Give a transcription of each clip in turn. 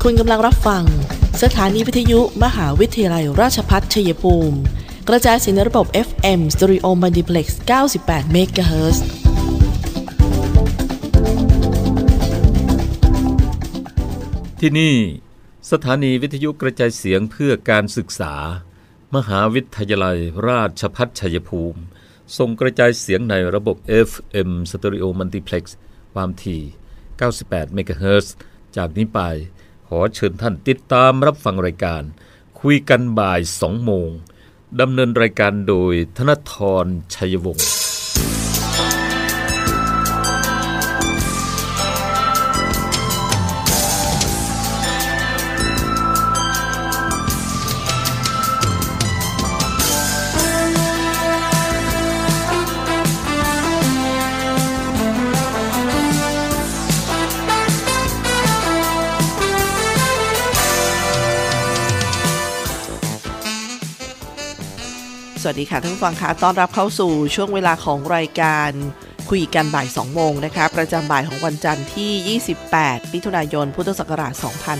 คุณกำลังรับฟังสถานีวิทยุมหาวิทยาลัยราชภัฏชัยภูมิกระจายเสียงในระบบ FM Stereo Multiplex 98 MHz ที่นี่สถานีวิทยุกระจายเสียงเพื่อการศึกษามหาวิทยาลัยราชภัฏชัยภูมิส่งกระจายเสียงในระบบ FM Stereo Multiplex ความถี่98 MHz จากนี้ไปขอเชิญท่านติดตามรับฟังรายการคุยกันบ่าย 2 โมงดำเนินรายการโดยธนธร ชัยวงศ์สวัสดีค่ะท่านผู้ฟังคะต้อนรับเข้าสู่ช่วงเวลาของรายการคุยกันบ่าย 2 โมงนะคะประจำบ่ายของวันจันทร์ที่28มิถุนายนพุทธศักราช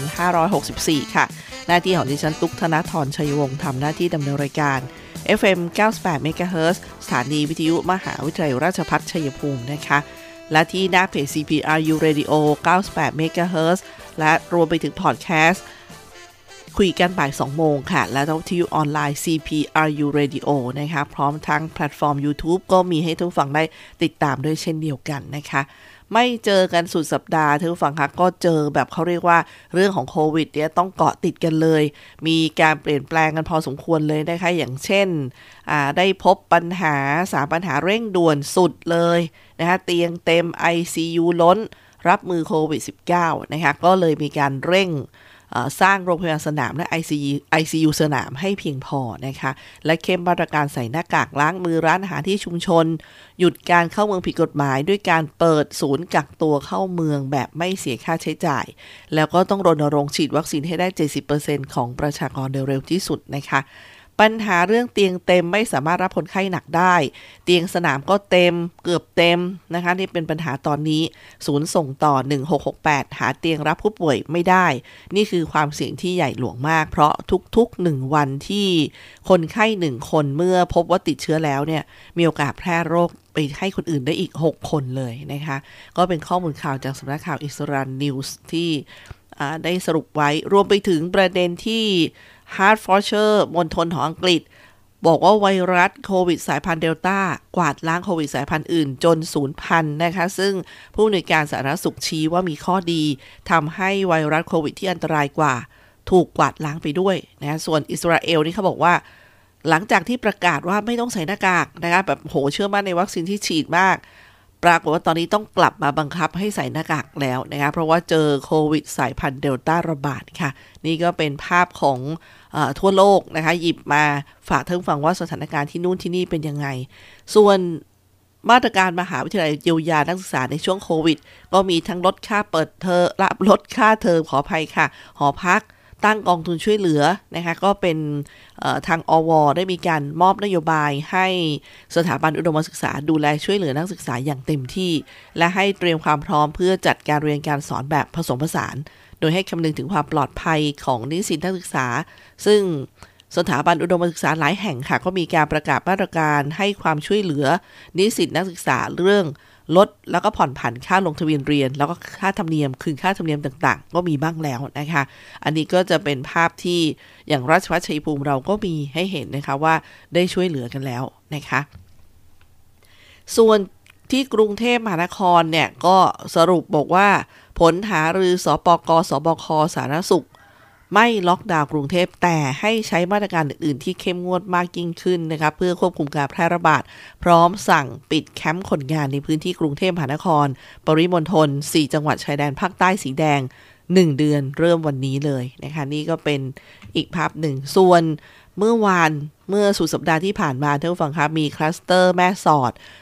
2564ค่ะหน้าที่ของดิฉันตุ๊กธนธร ชัยวงศ์ทำหน้าที่ดำเนินรายการ FM 98 MHz สถานีวิทยุมหาวิทยาลัยราชภัฏชัยภูมินะคะและที่หน้าเพจ CPRU Radio 98 MHz และรวมไปถึงพอดแคสต์คุยกันบ่าย 2 โมงค่ะและวิทยุออนไลน์ CPRU Radio นะคะพร้อมทั้งแพลตฟอร์ม YouTube ก็มีให้ทุกฝั่งได้ติดตามด้วยเช่นเดียวกันนะคะไม่เจอกันสุดสัปดาห์ทุกฝั่งค่ะก็เจอแบบเขาเรียกว่าเรื่องของโควิดเนี่ยต้องเกาะติดกันเลยมีการเปลี่ยนแปลงกันพอสมควรเลยนะคะอย่างเช่นได้พบปัญหา3ปัญหาเร่งด่วนสุดเลยนะคะเตียงเต็ม ICU ล้นรับมือโควิด -19 นะคะก็เลยมีการเร่งสร้างโรงพยาบาลสนามและ ICU สนามให้เพียงพอนะคะและเข้มมาตรการใส่หน้ากากล้างมือร้านอาหารที่ชุมชนหยุดการเข้าเมืองผิดกฎหมายด้วยการเปิดศูนย์กักตัวเข้าเมืองแบบไม่เสียค่าใช้จ่ายแล้วก็ต้องรณรงค์ฉีดวัคซีนให้ได้ 70% ของประชากรโดยเร็วที่สุดนะคะปัญหาเรื่องเตียงเต็มไม่สามารถรับคนไข้หนักได้เตียงสนามก็เต็มเกือบเต็มนะคะนี่เป็นปัญหาตอนนี้ศูนย์ส่งต่อ1668หาเตียงรับผู้ป่วยไม่ได้นี่คือความเสี่ยงที่ใหญ่หลวงมากเพราะทุกๆ1วันที่คนไข้1คนเมื่อพบว่าติดเชื้อแล้วเนี่ยมีโอกาสแพร่โรคไปให้คนอื่นได้อีก6คนเลยนะคะก็เป็นข้อมูลข่าวจากสำนักข่าวอิสราเอลนิวส์ที่ได้สรุปไว้รวมไปถึงประเด็นที่ฮาร์ดฟอร์เชอร์มณฑลของอังกฤษบอกว่าไวรัสโควิดสายพันธุ์เดลต้ากวาดล้างโควิดสายพันธุ์อื่นจนสูญพันธุ์นะคะซึ่งผู้อำนวยการสาธารณสุขชี้ว่ามีข้อดีทำให้ไวรัสโควิดที่อันตรายกว่าถูกกวาดล้างไปด้วยนะส่วนอิสราเอลนี่เขาบอกว่าหลังจากที่ประกาศว่าไม่ต้องใส่หน้ากากนะคะแบบโหเชื่อมั่นในวัคซีนที่ฉีดมากปรากฏว่าตอนนี้ต้องกลับมาบังคับให้ใส่หน้ากากแล้วนะคะเพราะว่าเจอโควิดสายพันธุ์เดลต้าระบาดค่ะนี่ก็เป็นภาพของทั่วโลกนะคะหยิบมาฝากท่านฟังว่าสถานการณ์ที่นู่นที่นี่เป็นยังไงส่วนมาตรการมหาวิทยาลัยเยียวยานักศึกษาในช่วงโควิดก็มีทั้งลดค่าเปิดเทอมลดค่าเทอมขออภัยค่ะหอพักตั้งกองทุนช่วยเหลือนะคะก็เป็นทางอว.ได้มีการมอบนโยบายให้สถาบันอุดมศึกษาดูแลช่วยเหลือนักศึกษาอย่างเต็มที่และให้เตรียมความพร้อมเพื่อจัดการเรียนการสอนแบบผสมผสานโดยให้คำนึงถึงความปลอดภัยของนิสิตนักศึกษาซึ่งสถาบันอุดมศึกษาหลายแห่งค่ะก็มีการประกาศมาตรการให้ความช่วยเหลือนิสิตนักศึกษาเรื่องลดแล้วก็ผ่อนผันค่าลงทะเบียนเรียนแล้วก็ค่าธรรมเนียมคืนค่าธรรมเนียมต่างๆก็มีบ้างแล้วนะคะอันนี้ก็จะเป็นภาพที่อย่างราชภัฏชัยภูมิเราก็มีให้เห็นนะคะว่าได้ช่วยเหลือกันแล้วนะคะส่วนที่กรุงเทพมหานครเนี่ยก็สรุปบอกว่าผลหารือสปก.สบค.สาธารณสุขไม่ล็อกดาวน์กรุงเทพแต่ให้ใช้มาตรการอื่นๆที่เข้มงวดมากยิ่งขึ้นนะคะเพื่อควบคุมการแพร่ระบาดพร้อมสั่งปิดแคมป์คนงานในพื้นที่กรุงเทพมหานครปริมณฑล4จังหวัดชายแดนภาคใต้สีแดง1เดือนเริ่มวันนี้เลยนะคะนี่ก็เป็นอีกภาพหนึ่งส่วนเมื่อสุดสัปดาห์ที่ผ่านมาท่านผู้ฟังครับมีคลัสเตอร์แม่สอด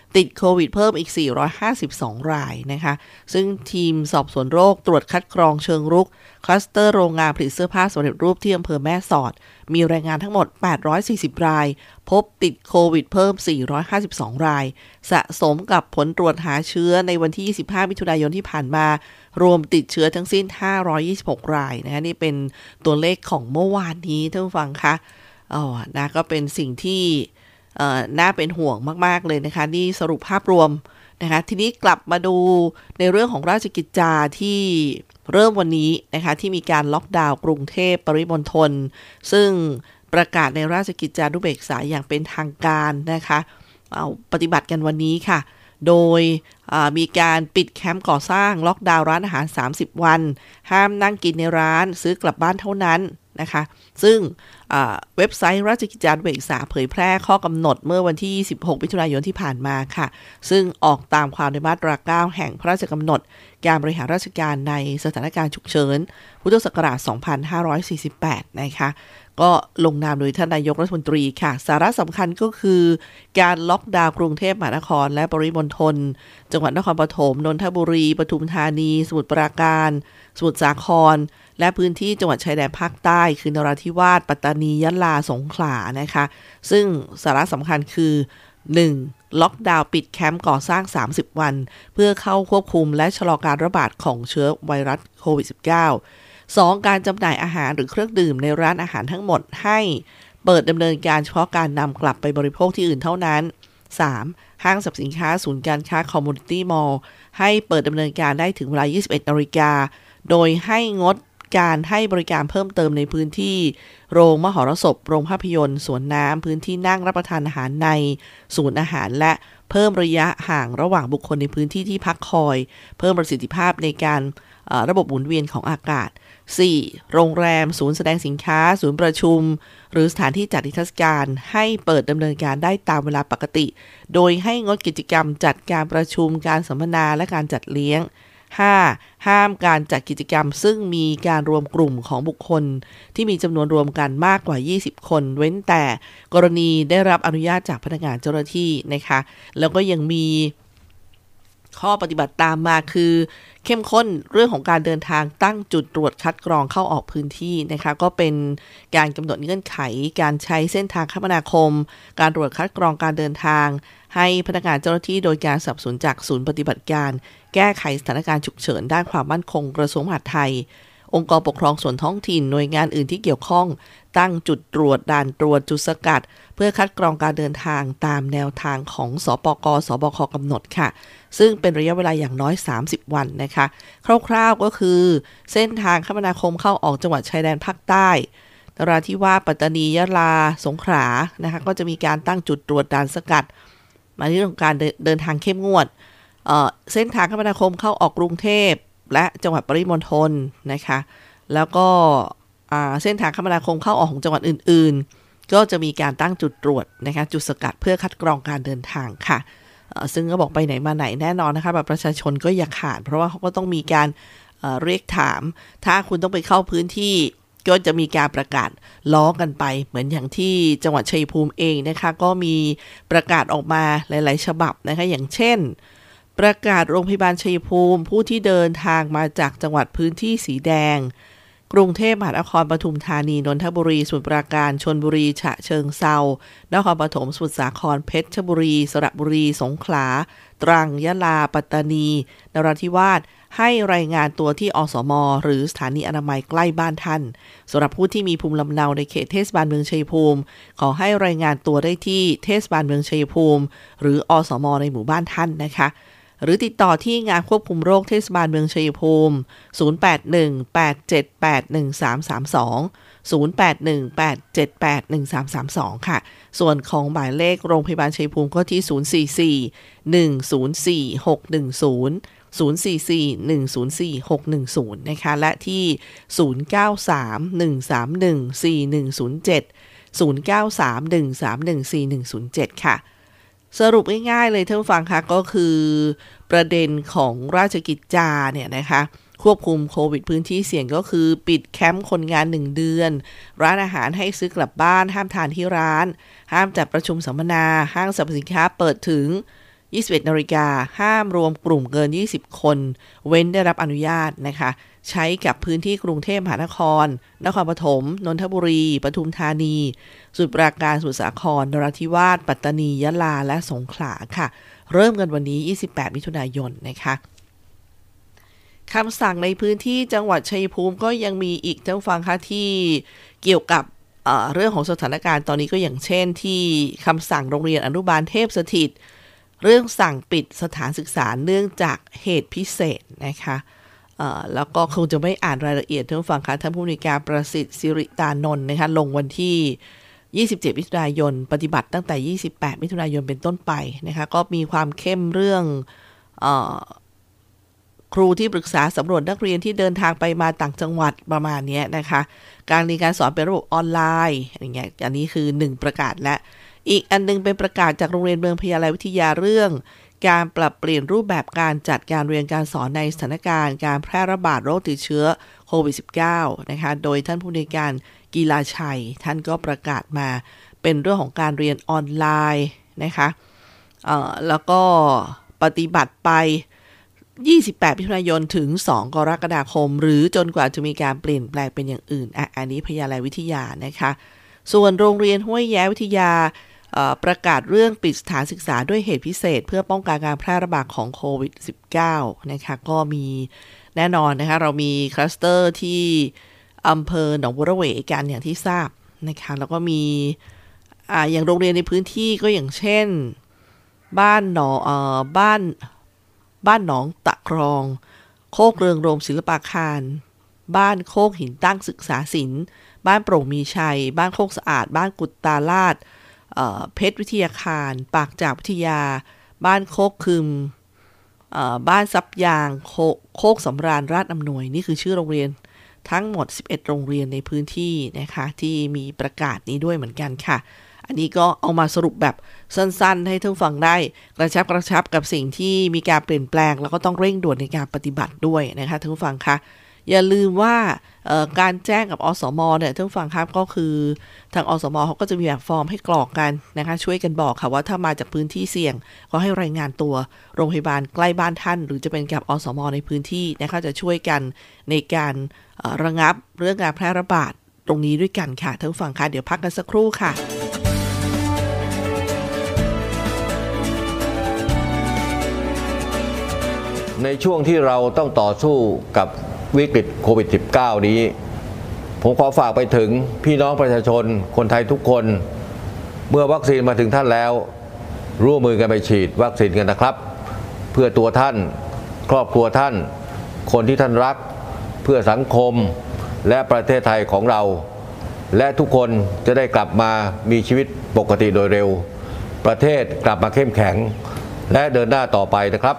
ติดโควิดเพิ่มอีก452รายนะคะซึ่งทีมสอบสวนโรคตรวจคัดกรองเชิงรุกคลัสเตอร์โรงงานผลิตเสื้อผ้าสำเร็จรูปที่อำเภอแม่สอดมีรายงานทั้งหมด840รายพบติดโควิดเพิ่ม452รายสะสมกับผลตรวจหาเชื้อในวันที่25มิถุนายนที่ผ่านมารวมติดเชื้อทั้งสิ้น526รายนะคะนี่เป็นตัวเลขของเมื่อวานนี้ท่านผู้ฟังคะนะก็เป็นสิ่งที่น่าเป็นห่วงมากๆเลยนะคะนี่สรุปภาพรวมนะคะทีนี้กลับมาดูในเรื่องของราชกิจจาที่เริ่มวันนี้นะคะที่มีการล็อกดาวน์กรุงเทพปริมณฑลซึ่งประกาศในราชกิจจานุเบกษาอย่างเป็นทางการนะคะปฏิบัติกันวันนี้ค่ะโดยมีการปิดแคมป์ก่อสร้างล็อกดาวน์ร้านอาหาร30วันห้ามนั่งกินในร้านซื้อกลับบ้านเท่านั้นนะคะซึ่งเว็บไซต์ราชกิจจานุเบกษาเผยแพร่ข้อกำหนดเมื่อวันที่16มิถุนายนที่ผ่านมาค่ะซึ่งออกตามความในมาตรา9แห่งพระราชกำหนดการบริหารราชการในสถานการณ์ฉุกเฉินพุทธศักราช2548นะคะก็ลงนามโดยท่านนายกรัฐมนตรีค่ะสาระสำคัญก็คือการล็อกดาวน์กรุงเทพมหานครและปริมณฑลจังหวัดนครปฐมนนทบุรีปทุมธานีสมุทรปราการสมุทรสาครและพื้นที่จังหวัดชายแดนภาคใต้คือนราธิวาสปัตตานียะลาสงขลานะคะซึ่งสาระสำคัญคือ 1. ล็อกดาวน์ปิดแคมป์ก่อสร้าง30วันเพื่อเข้าควบคุมและชะลอการระบาดของเชื้อไวรัสโควิด -19 2. การจำหน่ายอาหารหรือเครื่องดื่มในร้านอาหารทั้งหมดให้เปิดดำเนินการเฉพาะการนำกลับไปบริโภคที่อื่นเท่านั้น 3. ห้างสรรพสินค้าศูนย์การค้าคอมมูนิตี้มอลล์ให้เปิดดำเนินการได้ถึงเวลา 21:00 น.โดยให้งดการให้บริการเพิ่มเติมในพื้นที่โรงมหรสพโรงภาพยนตร์สวนน้ำพื้นที่นั่งรับประทานอาหารในศูนย์อาหารและเพิ่มระยะห่างระหว่างบุคคลในพื้นที่ที่พักคอยเพิ่มประสิทธิภาพในการระบบหมุนเวียนของอากาศ 4. โรงแรมศูนย์แสดงสินค้าศูนย์ประชุมหรือสถานที่จัดนิทรรศการให้เปิดดำเนินการได้ตามเวลาปกติโดยให้งดกิจกรรมจัดการประชุมการสัมมนาและการจัดเลี้ยง 5. ห้ามการจัดกิจกรรมซึ่งมีการรวมกลุ่มของบุคคลที่มีจำนวนรวมกันมากกว่า20คนเว้นแต่กรณีได้รับอนุญาตจากพนักงานเจ้าหน้าที่นะคะแล้วก็ยังมีข้อปฏิบัติตามมาคือเข้มข้นเรื่องของการเดินทางตั้งจุดตรวจคัดกรองเข้าออกพื้นที่นะคะก็เป็นการกำหนดเงื่อนไขการใช้เส้นทางคมนาคมการตรวจคัดกรองการเดินทางให้พนักงานเจ้าหน้าที่โดยการสนับสนุนจากศูนย์ปฏิบัติการแก้ไขสถานการณ์ฉุกเฉินด้านความมั่นคงกระทรวงมหาดไทยองค์กรปกครองส่วนท้องถิ่นหน่วยงานอื่นที่เกี่ยวข้องตั้งจุดตรวจด่านตรวจจุดสกัดเพื่อคัดกรองการเดินทางตามแนวทางของสปก.สบค.กำหนดค่ะซึ่งเป็นระยะเวลาอย่างน้อย30วันนะคะคร่าวๆก็คือเส้นทางคมนาคมเข้าออกจังหวัดชายแดนภาคใต้นราธิวาสปัตตานียะลาสงขลานะคะก็จะมีการตั้งจุดตรวจด่านสกัดมาที่เรื่องการเดินทางเข้มงวดเส้นทางคมนาคมเข้าออกกรุงเทพและจังหวัดปริมณฑลนะคะแล้วก็เส้นทางคมนาคมเข้าออกของจังหวัดอื่นๆก็จะมีการตั้งจุดตรวจนะคะจุดสกัดเพื่อคัดกรองการเดินทางค่ะซึ่งก็บอกไปไหนมาไหนแน่นอนนะคะแบบประชาชนก็อย่าขาดเพราะว่าเขาก็ต้องมีการเรียกถามถ้าคุณต้องไปเข้าพื้นที่ก็จะมีการประกาศล้อกันไปเหมือนอย่างที่จังหวัดชัยภูมิเองนะคะก็มีประกาศออกมาหลายๆฉบับนะคะอย่างเช่นประกาศโรงพยาบาลชัยภูมิผู้ที่เดินทางมาจากจังหวัดพื้นที่สีแดงกรุงเทพมหานครปทุมธานีนนทบุรีสมุทรปราการชลบุรีฉะเชิงเทรานครปฐมสมุทรสาครเพชรบุรีสระบุรีสงขลาตรังยะลาปัตตานีนราธิวาสให้รายงานตัวที่อสม.หรือสถานีอนามัยใกล้บ้านท่านสำหรับผู้ที่มีภูมิลำเนาในเขตเทศบาลเมืองชัยภูมิขอให้รายงานตัวได้ที่เทศบาลเมืองชัยภูมิหรืออสม.ในหมู่บ้านท่านนะคะหรือติดต่อที่งานควบคุมโรคเทศบาลเมืองชัยภูมิ0818781332 0818781332ค่ะส่วนของหมายเลขโรงพยาบาลชัยภูมิก็ที่044104610 044104610นะคะและที่0931314107 0931314107ค่ะสรุปง่ายๆเลยท่านผู้ฟังคะก็คือประเด็นของราชกิจจาเนี่ยนะคะควบคุมโควิดพื้นที่เสี่ยงก็คือปิดแคมป์คนงาน1เดือนร้านอาหารให้ซื้อกลับบ้านห้ามทานที่ร้านห้ามจัดประชุมสัมมนาห้างสรรพสินค้าเปิดถึง 21 นาฬิกาห้ามรวมกลุ่มเกิน20คนเว้นได้รับอนุญาตนะคะใช้กับพื้นที่กรุงเทพมหานครนครปฐมนนทบุรีปทุมธานีสมุทรปราการสมุทรสาครนราธิวาสปัตตานียะลาและสงขลาค่ะเริ่มกันวันนี้28มิถุนายนนะคะคำสั่งในพื้นที่จังหวัดชัยภูมิก็ยังมีอีกท่านฟังค่ะที่เกี่ยวกับเรื่องของสถานการณ์ตอนนี้ก็อย่างเช่นที่คำสั่งโรงเรียนอนุบาลเทพสถิตเรื่องสั่งปิดสถานศึกษาเนื่องจากเหตุพิเศษนะคะแล้วก็คงจะไม่อ่านรายละเอียดท่านฟังค่ะท่านผู้อำนวยการประสิทธิ์สิริตานนท์นะคะลงวันที่27มิถุนายนปฏิบัติตั้งแต่28มิถุนายนเป็นต้นไปนะคะก็มีความเข้มเรื่องครูที่ปรึกษาสำรวจนักเรียนที่เดินทางไปมาต่างจังหวัดประมาณนี้นะคะการเรียนการสอนเป็นระบบออนไลน์อย่างเงี้ยอันนี้คือ1ประกาศและอีกอันนึงเป็นประกาศจากโรงเรียนเมืองพญาไลวิทยาเรื่องการปรับเปลี่ยนรูปแบบการจัดการเรียนการสอนในสถานการณ์การแพร่ระบาดโรคติดเชื้อโควิด -19 นะคะโดยท่านผู้อำนวยการกีฬาชัยท่านก็ประกาศมาเป็นเรื่องของการเรียนออนไลน์นะคะแล้วก็ปฏิบัติไป28มิถุนายนถึง2กรกฎาคมหรือจนกว่าจะมีการเปลี่ยนแปลงเป็นอย่างอื่นอันนี้พญาไลวิทยานะคะส่วนโรงเรียนห้วยแย้วิทยาประกาศเรื่องปิดสถานศึกษาด้วยเหตุพิเศษเพื่อป้องกันการแพร่ระบาดของโควิด -19 นะคะก็มีแน่นอนนะคะเรามีคลัสเตอร์ที่อำเภอหนองบัวระเวกันอย่างที่ทราบนะคะแล้วก็มีอย่างโรงเรียนในพื้นที่ก็อย่างเช่นบ้านหนองตะครองโคกเรืองโรมศิลปาคารบ้านโคกหินตั้งศึกษาศิลป์บ้านโปร่งมีชัยบ้านโคกสะอาดบ้านกุตตาลาดเพชรวิทยาคารปากจากวิทยาบ้านโคกคึมบ้านซับยางโคกสำราญราชอำนวยนี่คือชื่อโรงเรียนทั้งหมด11โรงเรียนในพื้นที่นะคะที่มีประกาศนี้ด้วยเหมือนกันค่ะอันนี้ก็เอามาสรุปแบบสั้นๆให้ท่านฟังได้กระชับกับสิ่งที่มีการเปลี่ยนแปลงแล้วก็ต้องเร่งด่วนในการปฏิบัติด้วยนะคะท่านฟังคะอย่าลืมว่าการแจ้งกับอสมเนี่ยท่านฟังครับก็คือทางอสมเขาก็จะมีแบบฟอร์มให้กรอกกันนะคะช่วยกันบอกค่ะว่าถ้ามาจากพื้นที่เสี่ยงก็ให้รายงานตัวโรงพยาบาลใกล้บ้านท่านหรือจะเป็นกับอสมในพื้นที่นะคะจะช่วยกันในการระงับเรื่องการแพร่ระบาดตรงนี้ด้วยกันค่ะท่านฟังค่ะเดี๋ยวพักกันสักครู่ค่ะในช่วงที่เราต้องต่อสู้กับวิกฤตโควิด -19 นี้ผมขอฝากไปถึงพี่น้องประชาชนคนไทยทุกคนเมื่อวัคซีนมาถึงท่านแล้วร่วมมือกันไปฉีดวัคซีนกันนะครับเพื่อตัวท่านครอบครัวท่านคนที่ท่านรักเพื่อสังคมและประเทศไทยของเราและทุกคนจะได้กลับมามีชีวิตปกติโดยเร็วประเทศกลับมาเข้มแข็งและเดินหน้าต่อไปนะครับ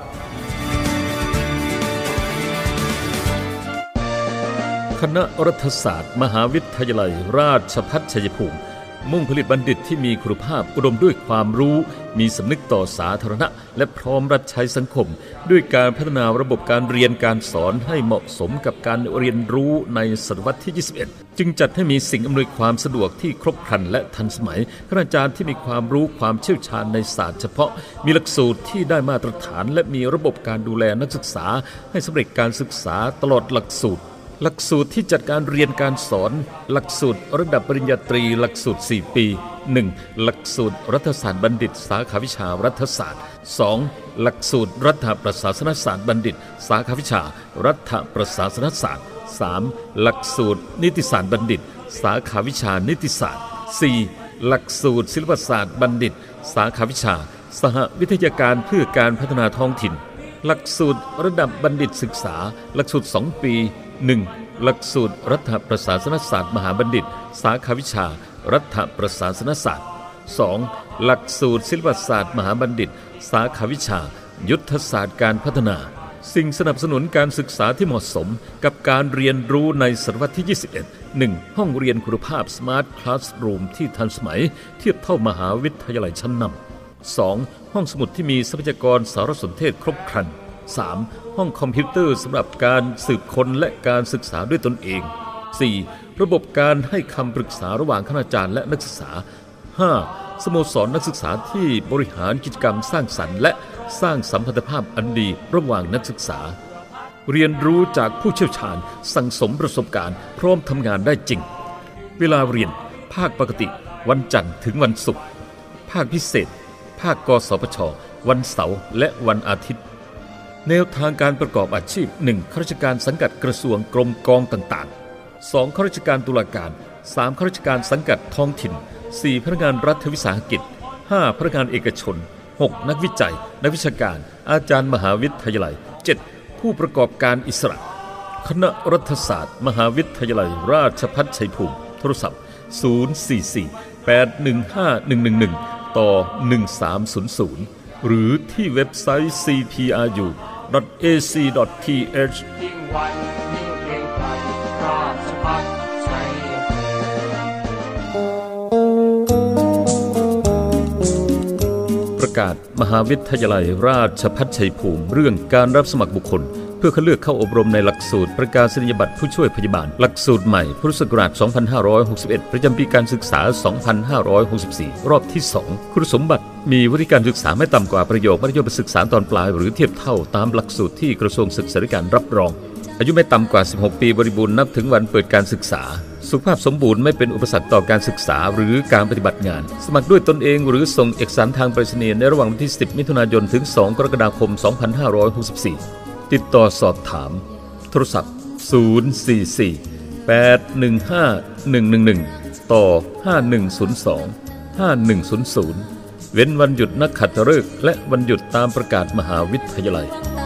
คณะรัฐศาสตร์มหาวิทยาลัยราชภัฏชัยภูมิมุ่งผลิตบัณฑิตที่มีคุณภาพอุดมด้วยความรู้มีสำนึกต่อสาธารณะและพร้อมรับใช้สังคมด้วยการพัฒนาระบบการเรียนการสอนให้เหมาะสมกับการเรียนรู้ในศตวรรษที่21จึงจัดให้มีสิ่งอำนวยความสะดวกที่ครบครันและทันสมัยคณาจารย์ที่มีความรู้ความเชี่ยวชาญในศาสตร์เฉพาะมีหลักสูตรที่ได้มาตรฐานและมีระบบการดูแลนักศึกษาให้สำเร็จการศึกษาตลอดหลักสูตรที่จัดการเรียนการสอนหลักสูตรระดับปริญญาตรีหลักสูตร4 ปี 1. หลักสูตรรัฐศาสตร์บัณฑิตสาขาวิชารัฐศาสตร์ 2. หลักสูตรรัฐประศาสนศาสตร์บัณฑิตสาขาวิชารัฐประศาสนศาสตร์ 3. หลักสูตรนิติศาสตร์บัณฑิตสาขาวิชานิติศาสตร์ 4. หลักสูตรศิลปศาสตร์บัณฑิตสาขาวิชาสหวิทยาการเพื่อการพัฒนาท้องถิ่นหลักสูตรระดับบัณฑิตศึกษาหลักสูตร2 ปี 1. หลักสูตรรัฐประศาสนศาสตร์มหาบัณฑิตสาขาวิชารัฐประศาสนศาสตร์ 2. หลักสูตรศิลปศาสตร์มหาบัณฑิตสาขาวิชายุทธศาสตร์การพัฒนาสิ่งสนับสนุนการศึกษาที่เหมาะสมกับการเรียนรู้ในศตวรรษที่ 21 1. ห้องเรียนคุณภาพ Smart Classroom ที่ทันสมัยเทียบเท่ามหาวิทยาลัยชั้นนำ 2. ห้องสมุดที่มีทรัพยากรสารสนเทศครบครัน 3. ห้องคอมพิวเตอร์สำหรับการสืบค้นและการศึกษาด้วยตนเอง 4. ระบบการให้คำปรึกษาระหว่างคณาจารย์และนักศึกษา 5. สโมสรนักศึกษาที่บริหารกิจกรรมสร้างสรรค์และสร้างสัมพันธภาพอันดีระหว่างนักศึกษาเรียนรู้จากผู้เชี่ยวชาญสั่งสมประสบการณ์พร้อมทำงานได้จริงเวลาเรียนภาคปกติวันจันทร์ถึงวันศุกร์ภาคพิเศษภาคกสพชวันเสาร์และวันอาทิตย์แนวทางการประกอบอาชีพ 1. ข้าราชการสังกัดกระทรวงกรมกองต่างๆ 2. ข้าราชการตุลาการ 3. ข้าราชการสังกัดท้องถิ่น 4. พนักงานรัฐวิสาหกิจ 5. พนักงานเอกชน 6. นักวิจัยนักวิชาการอาจารย์มหาวิทยาลัย 7. ผู้ประกอบการอิสระคณะรัฐศาสตร์มหาวิทยาลัยราชภัฏชัยภูมิโทรศัพท์ 044-815-111 ต่อ 1300 หรือที่เว็บไซต์ cpru.ac.th ประกาศมหาวิทยาลัยราชภัฏชัยภูมิเรื่องการรับสมัครบุคคลเพื่อคัดเลือกเข้าอบรมในหลักสูตรประกาศนียบัตรผู้ช่วยพยาบาลหลักสูตรใหม่พุทธศักราช 2561 ประจำปีการศึกษา 2564 รอบที่ 2 คุณสมบัติมีวุฒิการศึกษาไม่ต่ำกว่าประโยคมัธยมศึกษาตอนปลายหรือเทียบเท่าตามหลักสูตรที่กระทรวงศึกษาธิการรับรองอายุไม่ต่ำกว่า 16 ปีบริบูรณ์นับถึงวันเปิดการศึกษาสุขภาพสมบูรณ์ไม่เป็นอุปสรรคต่อการศึกษาหรือการปฏิบัติงานสมัครด้วยตนเองหรือส่งเอกสารทางไปรษณีย์ในระหว่างวันที่ 10 มิถุนายนถึง 2 กรกฎาคม 2564 ติดต่อสอบถามโทรศัพท์ 044-815-111 ต่อ 5102-5100 เว้นวันหยุดนักขัตฤกษ์และวันหยุดตามประกาศมหาวิทยาลัย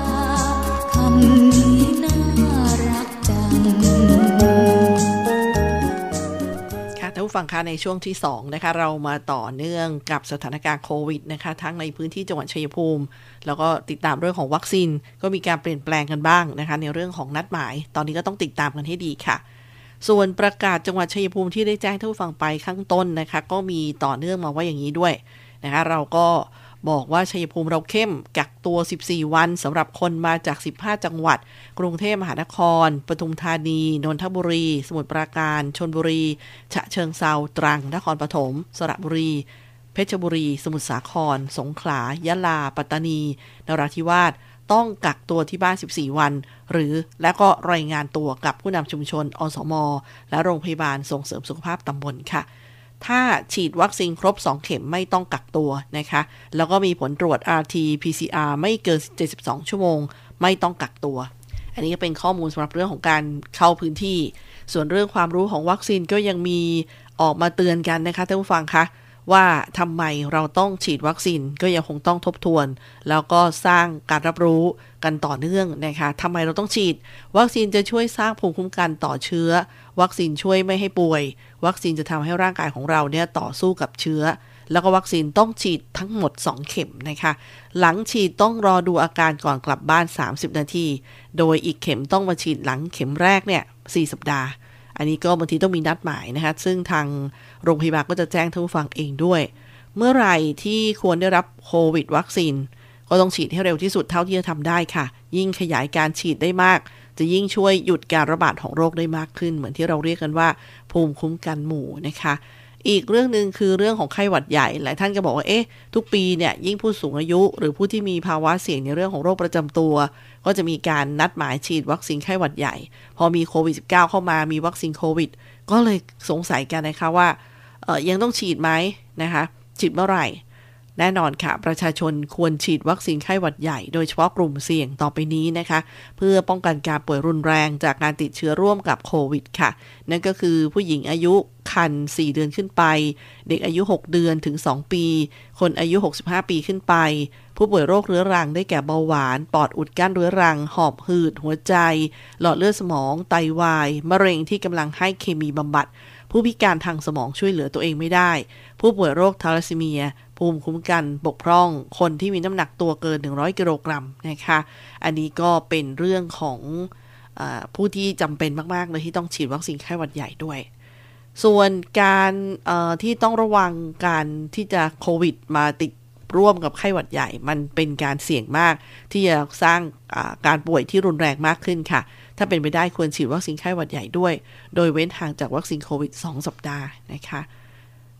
ผู้ฟังคะในช่วงที่2นะคะเรามาต่อเนื่องกับสถานการณ์โควิดนะคะทั้งในพื้นที่จังหวัดชัยภูมิแล้วก็ติดตามเรื่องของวัคซีนก็มีการเปลี่ยนแปลงกันบ้างนะคะในเรื่องของนัดหมายตอนนี้ก็ต้องติดตามกันให้ดีค่ะส่วนประกาศจังหวัดชัยภูมิที่ได้แจ้งท่านผู้ฟังไปข้างต้นนะคะก็มีต่อเนื่องมาว่าอย่างนี้ด้วยนะคะเราก็บอกว่าชัยภูมิเราเข้มกักตัว14วันสำหรับคนมาจาก15จังหวัดกรุงเทพมหานครปทุมธานีนนทบุรีสมุทรปราการชลบุรีฉะเชิงเทราตรังนครปฐมสระบุรีเพชรบุรีสมุทรสาครสงขลายะลาปัตตานีนราธิวาสต้องกักตัวที่บ้าน14วันหรือและก็รายงานตัวกับผู้นำชุมชนอสมและโรงพยาบาลส่งเสริมสุขภาพตำบลค่ะถ้าฉีดวัคซีนครบ2เข็มไม่ต้องกักตัวนะคะแล้วก็มีผลตรวจ RT-PCR ไม่เกิน72ชั่วโมงไม่ต้องกักตัวอันนี้ก็เป็นข้อมูลสำหรับเรื่องของการเข้าพื้นที่ส่วนเรื่องความรู้ของวัคซีนก็ยังมีออกมาเตือนกันนะคะท่านผู้ฟังคะว่าทำไมเราต้องฉีดวัคซีนก็ยังคงต้องทบทวนแล้วก็สร้างการรับรู้กันต่อเนื่องนะคะทำไมเราต้องฉีดวัคซีนจะช่วยสร้างภูมิคุ้มกันต่อเชื้อวัคซีนช่วยไม่ให้ป่วยวัคซีนจะทำให้ร่างกายของเราเนี่ยต่อสู้กับเชื้อแล้วก็วัคซีนต้องฉีดทั้งหมด2เข็มนะคะหลังฉีดต้องรอดูอาการก่อนกลับบ้าน30นาทีโดยอีกเข็มต้องมาฉีดหลังเข็มแรกเนี่ย4สัปดาห์อันนี้ก็บางทีต้องมีนัดหมายนะคะซึ่งทางโรงพยาบาลก็จะแจ้งท่านผู้ฟังเองด้วยเมื่อไหร่ที่ควรได้รับโควิดวัคซีนก็ต้องฉีดให้เร็วที่สุดเท่าที่จะทำได้ค่ะยิ่งขยายการฉีดได้มากจะยิ่งช่วยหยุดการระบาดของโรคได้มากขึ้นเหมือนที่เราเรียกกันว่าภูมิคุ้มกันหมู่นะคะอีกเรื่องนึงคือเรื่องของไข้หวัดใหญ่หลายท่านก็บอกว่าทุกปีเนี่ยยิ่งผู้สูงอายุหรือผู้ที่มีภาวะเสี่ยงในเรื่องของโรคประจำตัวก็จะมีการนัดหมายฉีดวัคซีนไข้หวัดใหญ่พอมีโควิด -19 เข้ามามีวัคซีนโควิดก็เลยสงสัยกันนะคะว่ายังต้องฉีดไหมนะคะฉีดเมื่อไหร่แน่นอนค่ะประชาชนควรฉีดวัคซีนไข้หวัดใหญ่โดยเฉพาะกลุ่มเสี่ยงต่อไปนี้นะคะเพื่อป้องกันการป่วยรุนแรงจากการติดเชื้อร่วมกับโควิดค่ะนั่นก็คือผู้หญิงอายุครรภ์4เดือนขึ้นไปเด็กอายุ6เดือนถึง2ปีคนอายุ65ปีขึ้นไปผู้ป่วยโรคเรื้อรังได้แก่เบาหวานปอดอุดกั้นเรื้อรังหอบหืดหัวใจหลอดเลือดสมองไตวายมะเร็งที่กำลังให้เคมีบำบัดผู้พิการทางสมองช่วยเหลือตัวเองไม่ได้ผู้ป่วยโรคทาลัสซีเมียภูมิคุ้มกันบกพร่องคนที่มีน้ำหนักตัวเกิน100กิโลกรัมนะคะอันนี้ก็เป็นเรื่องของผู้ที่จำเป็นมากๆเลยที่ต้องฉีดวัคซีนไข้หวัดใหญ่ด้วยส่วนการที่ต้องระวังการที่จะโควิดมาติดร่วมกับไข้หวัดใหญ่มันเป็นการเสี่ยงมากที่จะสร้างการป่วยที่รุนแรงมากขึ้นค่ะถ้าเป็นไปได้ควรฉีดวัคซีนไข้หวัดใหญ่ด้วยโดยเว้นห่างจากวัคซีนโควิด2สัปดาห์นะคะ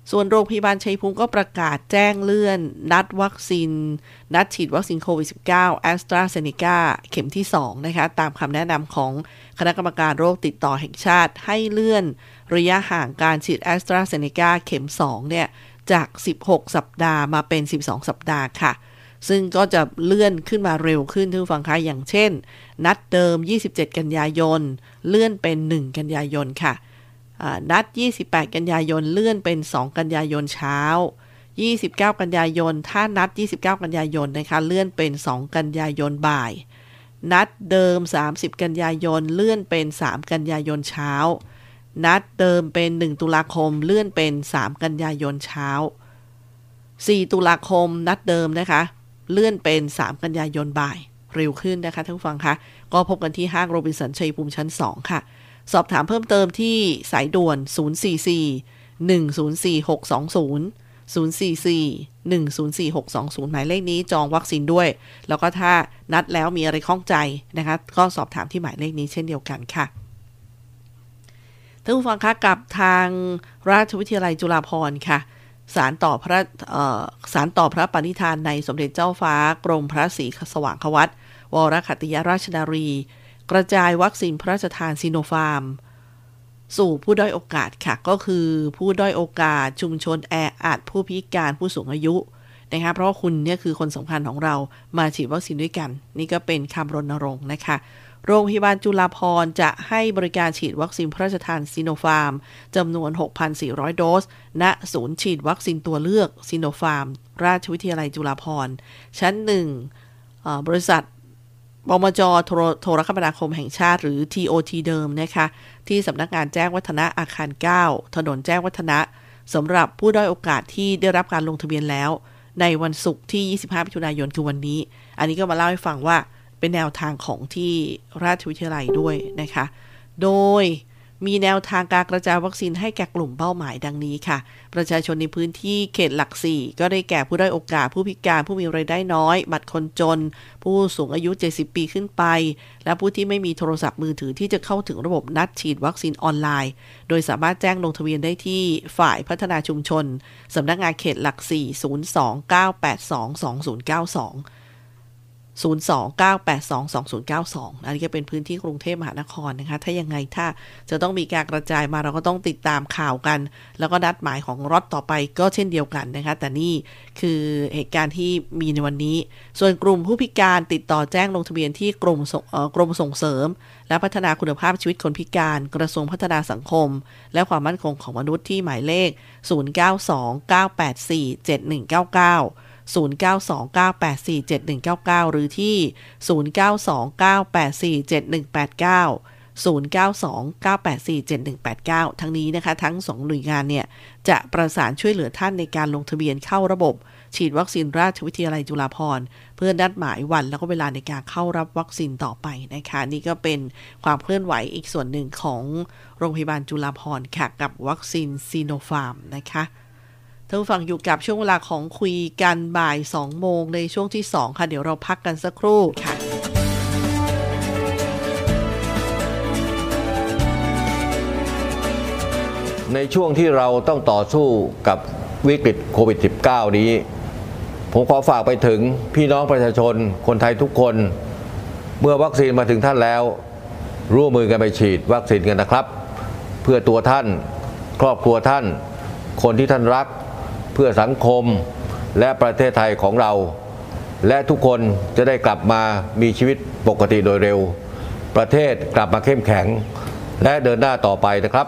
ส่วนโรงพยาบาลชัยภูมิก็ประกาศแจ้งเลื่อนนัดฉีดวัคซีนโควิด -19 AstraZeneca เข็มที่2นะคะตามคำแนะนำของคณะกรรมการโรคติดต่อแห่งชาติให้เลื่อนระยะห่างการฉีด AstraZeneca เข็ม2เนี่ยจาก16สัปดาห์มาเป็น12สัปดาห์ค่ะซึ่งก็จะเลื่อนขึ้นมาเร็วขึ้นทุกฝั่งค่ะอย่างเช่นนัดเดิม27กันยายนเลื่อนเป็น1กันยายนค่ะนัด28กันยายนเลื่อนเป็น2กันยายนเช้า29กันยายนถ้านัด29กันยายนนะคะเลื่อนเป็น2กันยายนบ่ายนัดเดิม30กันยายนเลื่อนเป็น3กันยายนเช้านัดเดิมเป็น1ตุลาคมเลื่อนเป็น3กันยายนเช้า4ตุลาคมนัดเดิมนะคะเลื่อนเป็น3กันยายนบ่ายเร็วขึ้นนะคะท่านผู้ฟังคะก็พบกันที่ห้างโรบินสันชัยภูมิชั้น2ค่ะสอบถามเพิ่มเติมที่สายด่วน044-104-620 044-104-620 หมายเลขนี้จองวัคซีนด้วยแล้วก็ถ้านัดแล้วมีอะไรข้องใจนะคะก็สอบถามที่หมายเลขนี้เช่นเดียวกันค่ะท่านผู้ฟังคะกับทางราชวิทยาลัยจุฬาภรณ์ค่ะสารต่อพระปณิธานในสมเด็จเจ้าฟ้ากรมพระศรีสว่างควัตรวรขัตติยราชนารีกระจายวัคซีนพระราชทานซิโนฟาร์มสู่ผู้ด้อยโอกาสค่ะก็คือผู้ด้อยโอกาสชุมชนแออัดผู้พิการผู้สูงอายุนะคะเพราะว่าคุณเนี่ยคือคนสำคัญของเรามาฉีดวัคซีนด้วยกันนี่ก็เป็นคำรณรงค์นะคะโรงพยาบาลจุฬาภรณ์จะให้บริการฉีดวัคซีนพระราชทานซิโนฟาร์มจำนวน 6,400 โดสณศูนย์ฉีดวัคซีนตัวเลือกซิโนฟาร์มราชวิทยาลัยจุฬาภรณ์ชั้น1บริษัทบมจ.โทรคมนาคมแห่งชาติหรือ TOT เดิมนะคะที่สำนักงานแจ้งวัฒนะอาคาร9ถนนแจ้งวัฒนะสำหรับผู้ด้อยโอกาสที่ได้รับการลงทะเบียนแล้วในวันศุกร์ที่25มิถุนายนคือวันนี้อันนี้ก็มาเล่าให้ฟังว่าเป็นแนวทางของที่ราชวิทยาลัยด้วยนะคะโดยมีแนวทางการกระจายวัคซีนให้แก่กลุ่มเป้าหมายดังนี้ค่ะประชาชนในพื้นที่เขตหลัก4ก็ได้แก่ผู้ด้อยโอกาสผู้พิการผู้มีรายได้น้อยบัตรคนจนผู้สูงอายุ70ปีขึ้นไปและผู้ที่ไม่มีโทรศัพท์มือถือที่จะเข้าถึงระบบนัดฉีดวัคซีนออนไลน์โดยสามารถแจ้งลงทะเบียนได้ที่ฝ่ายพัฒนาชุมชนสำนักงานเขตหลัก4 029822092 029822092 อันนี้ก็เป็นพื้นที่กรุงเทพมหานครนะคะถ้ายังไงถ้าจะต้องมีการกระจายมาเราก็ต้องติดตามข่าวกันแล้วก็นัดหมายของรถต่อไปก็เช่นเดียวกันนะคะแต่นี่คือเหตุการณ์ที่มีในวันนี้ส่วนกลุ่มผู้พิการติดต่อแจ้งลงทะเบียนที่กรมส่งเสริมและพัฒนาคุณภาพชีวิตคนพิการกระทรวงพัฒนาสังคมและความมั่นคงของมนุษย์ที่หมายเลข09298471990929847199หรือที่0929847189 ทั้งนี้นะคะทั้ง2หน่วยงานเนี่ยจะประสานช่วยเหลือท่านในการลงทะเบียนเข้าระบบฉีดวัคซีนราชวิทยาลัยจุฬาภรณ์เพื่อนัดหมายวันแล้วก็เวลาในการเข้ารับวัคซีนต่อไปนะคะนี่ก็เป็นความเคลื่อนไหวอีกส่วนหนึ่งของโรงพยาบาลจุฬาภรณ์ค่ะกับวัคซีนซีโนฟาร์มนะคะท่านผู้ฟังอยู่กับช่วงเวลาของคุยกันบ่าย2โมงในช่วงที่2ค่ะเดี๋ยวเราพักกันสักครู่ค่ะในช่วงที่เราต้องต่อสู้กับวิกฤตโควิด -19 นี้ผมขอฝากไปถึงพี่น้องประชาชนคนไทยทุกคนเมื่อวัคซีนมาถึงท่านแล้วร่วมมือกันไปฉีดวัคซีนกันนะครับเพื่อตัวท่านครอบครัวท่านคนที่ท่านรักเพื่อสังคมและประเทศไทยของเราและทุกคนจะได้กลับมามีชีวิตปกติโดยเร็วประเทศกลับมาเข้มแข็งและเดินหน้าต่อไปนะครับ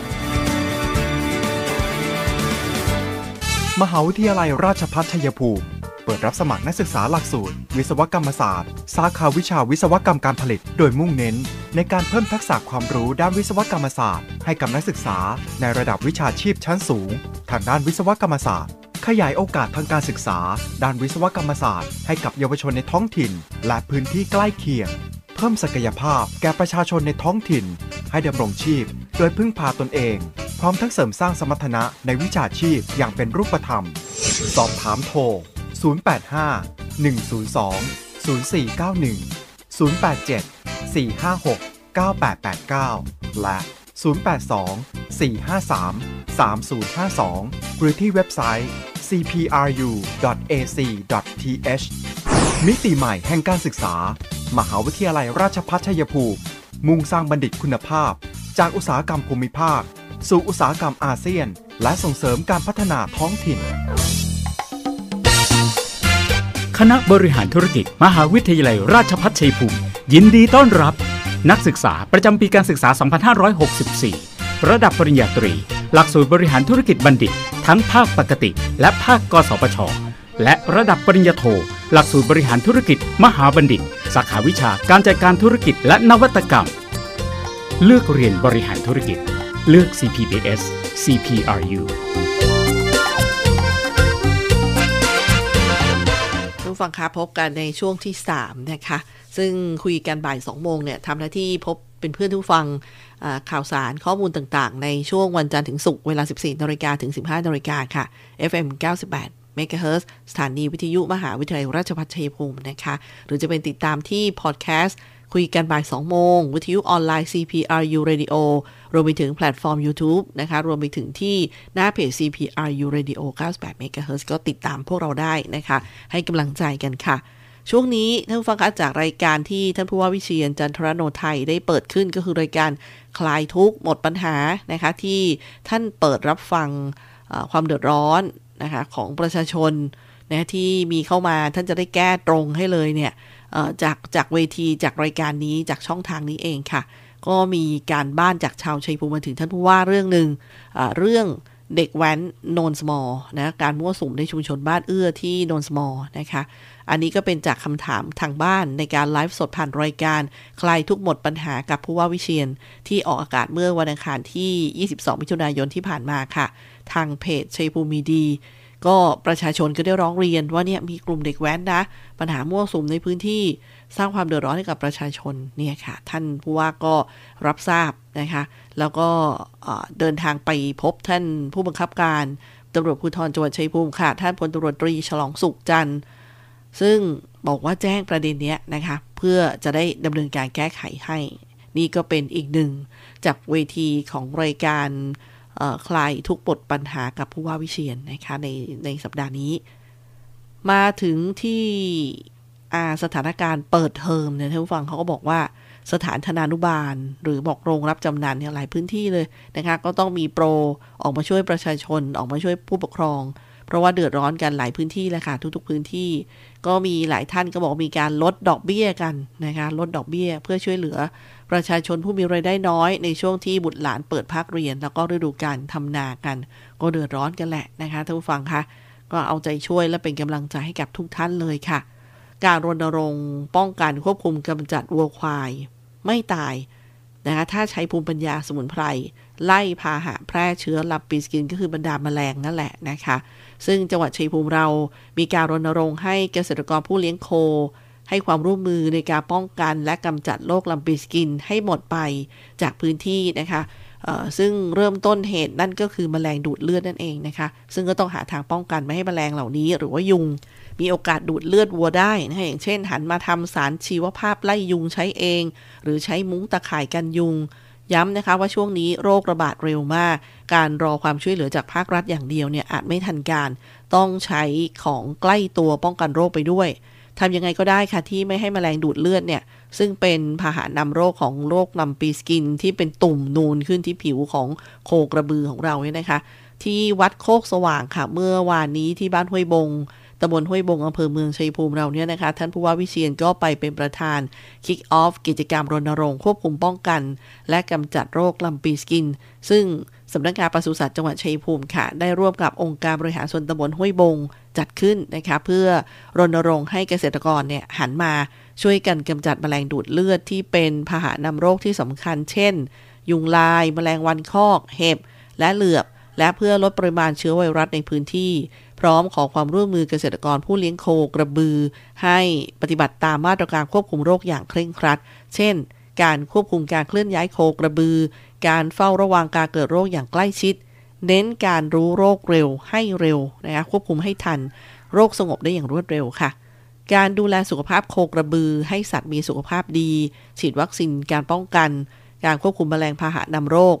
มหาวิทยาลัยราชภัฏชัยภูมิเปิดรับสมัครนักศึกษาหลักสูตรวิศวกรรมศาสตร์สาขาวิชาวิศวกรรมการผลิตโดยมุ่งเน้นในการเพิ่มทักษะความรู้ด้านวิศวกรรมศาสตร์ให้กับนักศึกษาในระดับวิชาชีพชั้นสูงทางด้านวิศวกรรมศาสตร์ขยายโอกาสทางการศึกษาด้านวิศวกรรมศาสตร์ให้กับเยาวชนในท้องถิ่นและพื้นที่ใกล้เคียงเพิ่มศักยภาพแก่ประชาชนในท้องถิ่นให้ดำรงชีพโดยพึ่งพาตนเองพร้อมทั้งเสริมสร้างสมรรถนะในวิชาชีพอย่างเป็นรูปธรรมสอบถามโทร085-102-0491 087-456-9889 และ 082-453-3052 หรือที่เว็บไซต์ cpru.ac.th มิติใหม่แห่งการศึกษามหาวิทยาลัยราชภัฏชัยภูมิมุ่งสร้างบัณฑิตคุณภาพจากอุตสาหกรรมภูมิภาคสู่อุตสาหกรรมอาเซียนและส่งเสริมการพัฒนาท้องถิ่นคณะบริหารธุรกิจมหาวิทยาลัยราชภัฏชัยภูมิยินดีต้อนรับนักศึกษาประจำปีการศึกษา 2564 ระดับปริญญาตรีหลักสูตรบริหารธุรกิจบัณฑิตทั้งภาคปกติและภาคกสปช.และระดับปริญญาโทหลักสูตรบริหารธุรกิจมหาบัณฑิตสาขาวิชาการจัดการธุรกิจและนวัตกรรมเลือกเรียนบริหารธุรกิจเลือก CPBS CPRU ฟังค่ะพบกันในช่วงที่3นะคะซึ่งคุยกันบ่าย2โมงเนี่ยทำหน้าที่พบเป็นเพื่อนผู้ฟังข่าวสารข้อมูลต่างๆในช่วงวันจันทร์ถึงศุกร์เวลา 14:00 นถึง 15:00 นค่ะ FM 98 MHz สถานีวิทยุมหาวิทยาลัยราชภัฏชัยภูมินะคะหรือจะเป็นติดตามที่พอดแคสต์คุยกันบ่าย2โมงวิทยุออนไลน์ CPRU Radio รวมไปถึงแพลตฟอร์ม YouTube นะคะรวมไปถึงที่หน้าเพจ CPRU Radio 98 MHz ก็ติดตามพวกเราได้นะคะให้กำลังใจกันค่ะช่วงนี้ท่านผู้ฟังคะจากรายการที่ท่านผู้ว่าวิเชียรจันทรโนไทยได้เปิดขึ้นก็คือรายการคลายทุกข์หมดปัญหานะคะที่ท่านเปิดรับฟังความเดือดร้อนนะคะของประชาชนนะที่มีเข้ามาท่านจะได้แก้ตรงให้เลยเนี่ยจากเวทีจากรายการนี้จากช่องทางนี้เองค่ะก็มีการบ้านจากชาวชัยภูมิมาถึงท่านผู้ว่าเรื่องนึงเรื่องเด็กแว้นโนนสมอลนะการมั่วสุมในชุมชนบ้านเอื้อที่โนนสมอลนะคะอันนี้ก็เป็นจากคำถามทางบ้านในการไลฟ์สดผ่านรายการคลายทุกหมดปัญหากับผู้ว่าวิเชียรที่ออกอากาศเมื่อวันอังคารที่22มิถุนายนที่ผ่านมาค่ะทางเพจชัยภูมิมีดีก็ประชาชนก็ได้ร้องเรียนว่าเนี่ยมีกลุ่มเด็กแว้นนะปัญหามั่วสุมในพื้นที่สร้างความเดือดร้อนให้กับประชาชนเนี่ยค่ะท่านผู้ว่าก็รับทราบนะคะแล้วก็เดินทางไปพบท่านผู้บังคับการตำรวจภูธรจังหวัดชัยภูมิค่ะท่านพลตำรวจตรีฉลองสุขจันทร์ซึ่งบอกว่าแจ้งประเด็นนี้นะคะเพื่อจะได้ดำเนินการแก้ไขให้นี่ก็เป็นอีกหนึ่งจากเวทีของรายการคลายทุกบทปัญหากับผู้ว่าวิเชียรนะคะในสัปดาห์นี้มาถึงที่สถานการณ์เปิดเทอมเนี่ยท่านผู้ฟังเขาก็บอกว่าสถานธนานุบาลหรือบอกโรงรับจำนำเนี่ยหลายพื้นที่เลยนะคะก็ต้องมีโปรออกมาช่วยประชาชนออกมาช่วยผู้ปกครองเพราะว่าเดือดร้อนกันหลายพื้นที่เลยค่ะทุกๆพื้นที่ก็มีหลายท่านก็บอกมีการลดดอกเบี้ยกันนะคะลดดอกเบี้ยเพื่อช่วยเหลือประชาชนผู้มีรายได้น้อยในช่วงที่บุตรหลานเปิดภาคเรียนแล้วก็ฤดูกาลทำนากันก็เดือดร้อนกันแหละนะคะท่านผู้ฟังคะก็เอาใจช่วยและเป็นกำลังใจให้กับทุกท่านเลยค่ะการรณรงค์ป้องกันควบคุมกำจัดวัวควายไม่ตายนะคะถ้าใช้ภูมิปัญญาสมุนไพรไล่พาหะแพร่เชื้อลัมปีสกินก็คือบรรดาแมลงนั่นแหละนะคะซึ่งจังหวัดชัยภูมิเรามีการรณรงค์ให้เกษตรกรผู้เลี้ยงโคให้ความร่วมมือในการป้องกันและกำจัดโรคลัมปีสกินให้หมดไปจากพื้นที่นะคะซึ่งเริ่มต้นเหตุนั่นก็คือแมลงดูดเลือดนั่นเองนะคะซึ่งก็ต้องหาทางป้องกันไม่ให้แมลงเหล่านี้หรือว่ายุงมีโอกาสดูดเลือดวัวได้นะอย่างเช่นหันมาทำสารชีวภาพไล่ยุงใช้เองหรือใช้มุ้งตะข่ายกันยุงย้ำนะคะว่าช่วงนี้โรคระบาดเร็วมากการรอความช่วยเหลือจากภาครัฐอย่างเดียวเนี่ยอาจไม่ทันการต้องใช้ของใกล้ตัวป้องกันโรคไปด้วยทำยังไงก็ได้ค่ะที่ไม่ให้แมลงดูดเลือดเนี่ยซึ่งเป็นพาหะนำโรคของโรคลัมปีสกินที่เป็นตุ่มนูนขึ้นที่ผิวของโคกระบือของเราเนี่ยนะคะที่วัดโคกสว่างค่ะเมื่อวานนี้ที่บ้านห้วยบงตำบลห้วยบงอำเภอเมืองชัยภูมิเราเนี่ยนะคะท่านผู้ว่าวิเชียรก็ไปเป็นประธานคิกออฟกิจกรรมรณรงค์ควบคุมป้องกันและกำจัดโรคลัมปีสกินซึ่งสำนักงานปศุสัตว์จังหวัดชัยภูมิค่ะได้ร่วมกับองค์การบริหารส่วนตำบลห้วยบงจัดขึ้นนะคะเพื่อรณรงค์ให้เกษตรกรเนี่ยหันมาช่วยกันกำจัดแมลงดูดเลือดที่เป็นพาหะนำโรคที่สำคัญเช่นยุงลายแมลงวันคอกเห็บและเหลือบและเพื่อลดปริมาณเชื้อไวรัสในพื้นที่พร้อมขอความร่วมมือเกษตรกรผู้เลี้ยงโคกระบือให้ปฏิบัติตามมาตรการควบคุมโรคอย่างเคร่งครัดเช่นการควบคุมการเคลื่อนย้ายโคกระบือการเฝ้าระวังการเกิดโรคอย่างใกล้ชิดเน้นการรู้โรคเร็วให้เร็วนะคะควบคุมให้ทันโรคสงบได้อย่างรวดเร็วค่ะการดูแลสุขภาพโคกระบือให้สัตว์มีสุขภาพดีฉีดวัคซีนการป้องกันการควบคุมแมลงพาหะนำโรค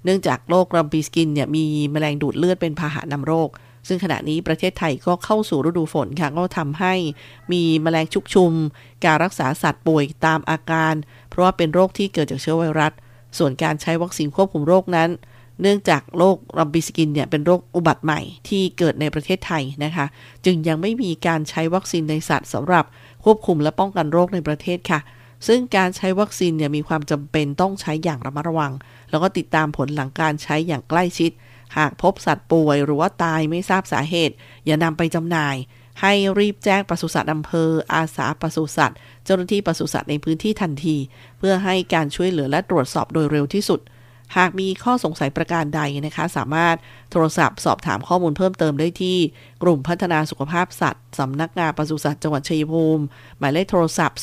เนื่องจากโรครัมปีสกินเนี่ยมีแมลงดูดเลือดเป็นพาหะนำโรคซึ่งขณะนี้ประเทศไทยก็เข้าสู่ฤดูฝนค่ะก็ทำให้มีแมลงชุกชุมการรักษาสัตว์ป่วยตามอาการเพราะว่าเป็นโรคที่เกิดจากเชื้อไวรัสส่วนการใช้วัคซีนควบคุมโรคนั้นเนื่องจากโรครัมปีสกินเนี่ยเป็นโรคอุบัติใหม่ที่เกิดในประเทศไทยนะคะจึงยังไม่มีการใช้วัคซีนในสัตว์สำหรับควบคุมและป้องกันโรคในประเทศค่ะซึ่งการใช้วัคซีนเนี่ยมีความจำเป็นต้องใช้อย่างระมัดระวังแล้วก็ติดตามผลหลังการใช้อย่างใกล้ชิดหากพบสัตว์ป่วยหรือว่าตายไม่ทราบสาเหตุอย่านำไปจำหน่ายให้รีบแจ้งปศุสัตว์อำเภออาสาปศุสัตว์เจ้าหน้าที่ปศุสัตว์ในพื้นที่ทันทีเพื่อให้การช่วยเหลือและตรวจสอบโดยเร็วที่สุดหากมีข้อสงสัยประการใดนะคะสามารถโทรศัพท์สอบถามข้อมูลเพิ่มเติมได้ที่กลุ่มพัฒนาสุขภาพสัตว์สำนักงานปศุสัตว์จังหวัดชัยภูมิหมายเลขโทรศัพท์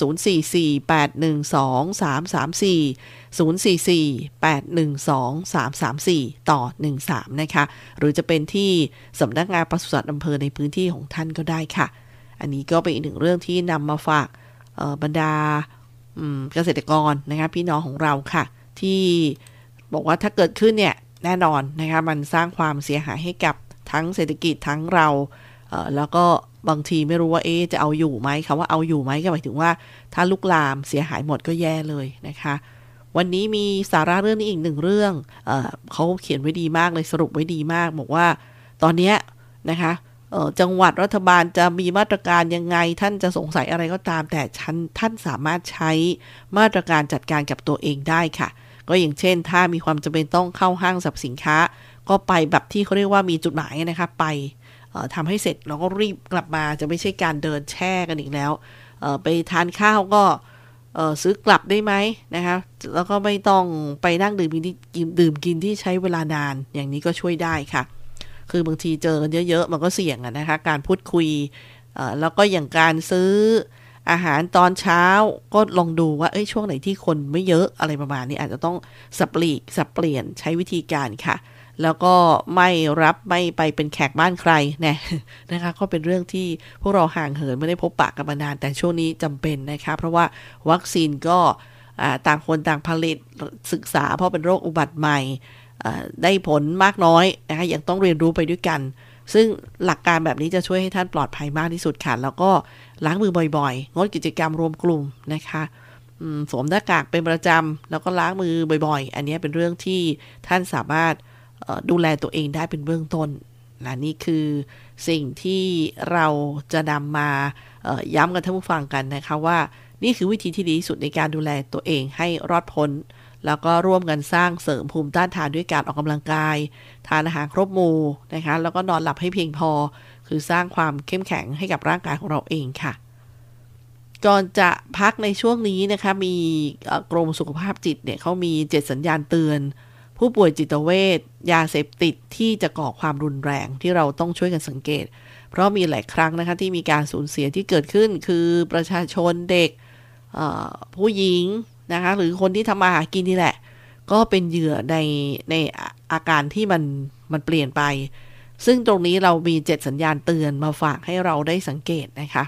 044-812-334 044-812-334 นะคะหรือจะเป็นที่สำนักงานปศุสัตว์อำเภอในพื้นที่ของท่านก็ได้ค่ะอันนี้ก็เป็นอีกหนึ่งเรื่องที่นำมาฝากบรรดาเกษตรกรนะคะพี่น้องของเราค่ะที่บอกว่าถ้าเกิดขึ้นเนี่ยแน่นอนนะคะมันสร้างความเสียหายให้กับทั้งเศรษฐกิจทั้งเราแล้วก็บางทีไม่รู้ว่าจะเอาอยู่ไหมคำว่าเอาอยู่ไหมก็หมายถึงว่าถ้าลุกลามเสียหายหมดก็แย่เลยนะคะวันนี้มีสาระเรื่องนี้อีกหนึ่งเรื่องเขาเขียนไว้ดีมากเลยสรุปไว้ดีมากบอกว่าตอนนี้นะคะจังหวัดรัฐบาลจะมีมาตรการยังไงท่านจะสงสัยอะไรก็ตามแต่ท่านสามารถใช้มาตรการจัดการกับตัวเองได้ค่ะก็อย่างเช่นถ้ามีความจำเป็นต้องเข้าห้างสรรพสินค้าก็ไปแบบที่เขาเรียกว่ามีจุดหมายนะคะไปทำให้เสร็จแล้วก็รีบกลับมาจะไม่ใช่การเดินแช่กันอีกแล้วไปทานข้าวก็ซื้อกลับได้ไหมนะคะแล้วก็ไม่ต้องไปนั่งดื่มกินที่ใช้เวลานานอย่างนี้ก็ช่วยได้ค่ะคือบางทีเจอกันเยอะๆมันก็เสี่ยงนะคะการพูดคุยแล้วก็อย่างการซื้ออาหารตอนเช้าก็ลองดูว่าช่วงไหนที่คนไม่เยอะอะไรประมาณนี้อาจจะต้องสับเปลี่ยนใช้วิธีการค่ะแล้วก็ไม่ไปเป็นแขกบ้านใครนะคะก็เป็นเรื่องที่พวกเราห่างเหินไม่ได้พบปะกันมานานแต่ช่วงนี้จำเป็นนะคะเพราะว่าวัคซีนก็ต่างคนต่างผลิตศึกษาเพราะเป็นโรคอุบัติใหม่ได้ผลมากน้อยนะคะยังต้องเรียนรู้ไปด้วยกันซึ่งหลักการแบบนี้จะช่วยให้ท่านปลอดภัยมากที่สุดค่ะแล้วก็ล้างมือบ่อยๆงดกิจกรรมรวมกลุ่มนะคะสวมหน้ากากเป็นประจำแล้วก็ล้างมือบ่อยๆอันนี้เป็นเรื่องที่ท่านสามารถดูแลตัวเองได้เป็นเบื้องต้นและนี่คือสิ่งที่เราจะนำมาย้ำกับท่านผู้ฟังกันนะคะว่านี่คือวิธีที่ดีที่สุดในการดูแลตัวเองให้รอดพ้นแล้วก็ร่วมกันสร้างเสริมภูมิต้านทานด้วยการออกกำลังกายทานอาหารครบหมู่นะคะแล้วก็นอนหลับให้เพียงพอคือสร้างความเข้มแข็งให้กับร่างกายของเราเองค่ะก่อนจะพักในช่วงนี้นะคะมีกรมสุขภาพจิตเนี่ยเขามี7สัญญาณเตือนผู้ป่วยจิตเวชยาเสพติดที่จะก่อความรุนแรงที่เราต้องช่วยกันสังเกตเพราะมีหลายครั้งนะคะที่มีการสูญเสียที่เกิดขึ้นคือประชาชนเด็กผู้หญิงนะคะหรือคนที่ทำมาหากินนี่แหละก็เป็นเหยื่อในอาการที่มันเปลี่ยนไปซึ่งตรงนี้เรามี7สัญญาณเตือนมาฝากให้เราได้สังเกตนะคะ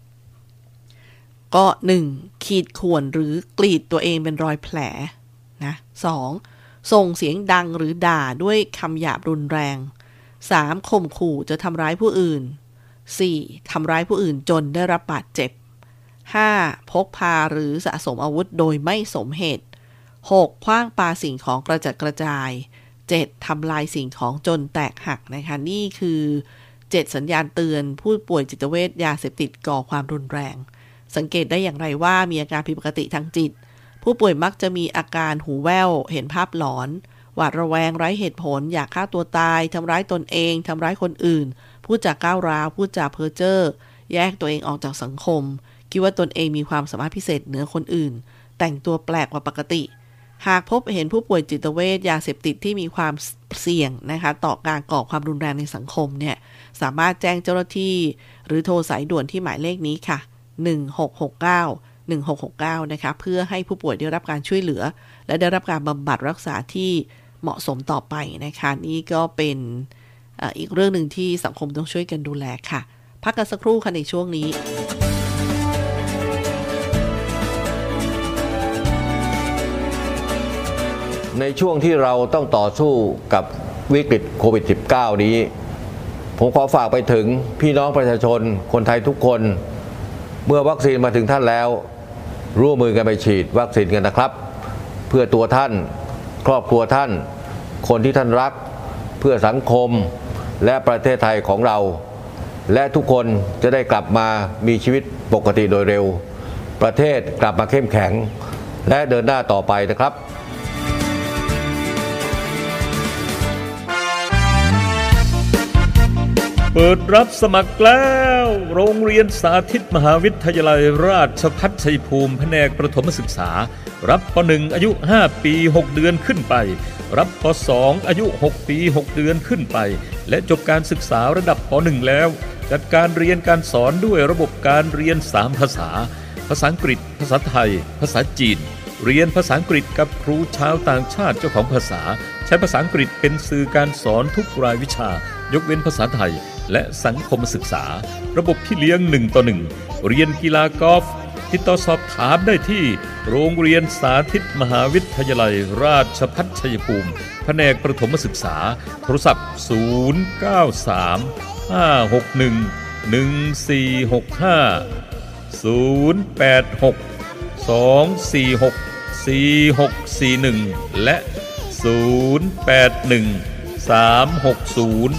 ก็1ขีดข่วนหรือกรีดตัวเองเป็นรอยแผลนะ2ส่งเสียงดังหรือด่าด้วยคำหยาบรุนแรง3ข่มขู่จะทำร้ายผู้อื่น4ทำร้ายผู้อื่นจนได้รับบาดเจ็บ5พกพาหรือสะสมอาวุธโดยไม่สมเหตุ6ขว้างปาสิ่งของกระจัดกระจาย7ทำลายสิ่งของจนแตกหักนะคะนี่คือ7สัญญาณเตือนผู้ป่วยจิตเวชยาเสพติดก่อความรุนแรงสังเกตได้อย่างไรว่ามีอาการผิดปกติทางจิตผู้ป่วยมักจะมีอาการหูแว่วเห็นภาพหลอนหวาดระแวงไร้เหตุผลอยากฆ่าตัวตายทำร้ายตนเองทำร้ายคนอื่นพูดจาก้าวร้าวพูดจาเพ้อเจ้อแยกตัวเองออกจากสังคมคิดว่าตนเองมีความสามารถพิเศษเหนือคนอื่นแต่งตัวแปลกกว่าปกติหากพบเห็นผู้ป่วยจิตเวชยาเสพติดที่มีความเสี่ยงนะคะต่อการก่อความรุนแรงในสังคมเนี่ยสามารถแจ้งเจ้าหน้าที่หรือโทรสายด่วนที่หมายเลขนี้ค่ะ1669นะคะเพื่อให้ผู้ป่วยได้รับการช่วยเหลือและได้รับการบำบัดรักษาที่เหมาะสมต่อไปนะคะนี่ก็เป็นอีกเรื่องหนึ่งที่สังคมต้องช่วยกันดูแลค่ะพักกันสักครู่ค่ะในช่วงนี้ในช่วงที่เราต้องต่อสู้กับวิกฤตโควิด -19 นี้ผมขอฝากไปถึงพี่น้องประชาชนคนไทยทุกคนเมื่อวัคซีนมาถึงท่านแล้วร่วมมือกันไปฉีดวัคซีนกันนะครับเพื่อตัวท่านครอบครัวท่านคนที่ท่านรักเพื่อสังคมและประเทศไทยของเราและทุกคนจะได้กลับมามีชีวิตปกติโดยเร็วประเทศกลับมาเข้มแข็งและเดินหน้าต่อไปนะครับเปิดรับสมัครแล้วโรงเรียนสาธิตมหาวิทยาลัยราชภัฏชัยภูมิแผนกประถมศึกษารับป.1 อายุ5ปี6เดือนขึ้นไปรับป.2 อายุ6ปี6เดือนขึ้นไปและจบการศึกษาระดับป.1 แล้วจัดการเรียนการสอนด้วยระบบการเรียน3ภาษาภาษาอังกฤษภาษาไทยภาษาจีนเรียนภาษาอังกฤษกับครูชาวต่างชาติเจ้าของภาษาใช้ภาษาอังกฤษเป็นสื่อการสอนทุกรายวิชายกเว้นภาษาไทยและสังคมศึกษาระบบพี่เลี้ยง1:1เรียนกีฬากอล์ฟติดต่อสอบถามได้ที่โรงเรียนสาธิตมหาวิทยาลัยราชภัฏชัยภูมิแผนกประถมศึกษาโทรศัพท์093-561-1465-086-246-4641และ081-360-0062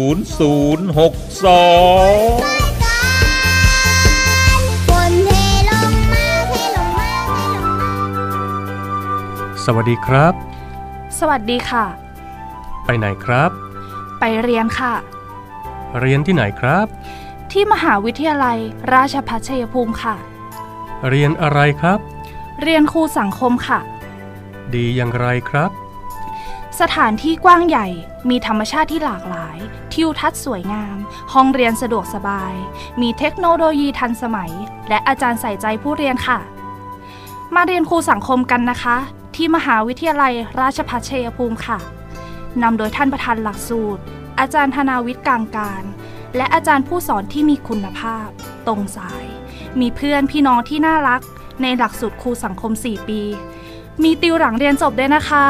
สวัสดีครับสวัสดีค่ะไปไหนครับไปเรียนค่ะเรียนที่ไหนครับที่มหาวิทยาลัยราชภัฏชัยภูมิค่ะเรียนอะไรครับเรียนครูสังคมค่ะดีอย่างไรครับสถานที่กว้างใหญ่มีธรรมชาติที่หลากหลายทิวทัศน์สวยงามห้องเรียนสะดวกสบายมีเทคโนโลยีทันสมัยและอาจารย์ใส่ใจผู้เรียนค่ะมาเรียนครูสังคมกันนะคะที่มหาวิทยาลัยราชภัฏชัยภูมิค่ะนำโดยท่านประธานหลักสูตรอาจารย์ธนาวิทย์กลางการและอาจารย์ผู้สอนที่มีคุณภาพตรงสายมีเพื่อนพี่น้องที่น่ารักในหลักสูตรครูสังคม4ปีมีติวหลังเรียนจบด้วยนะคะ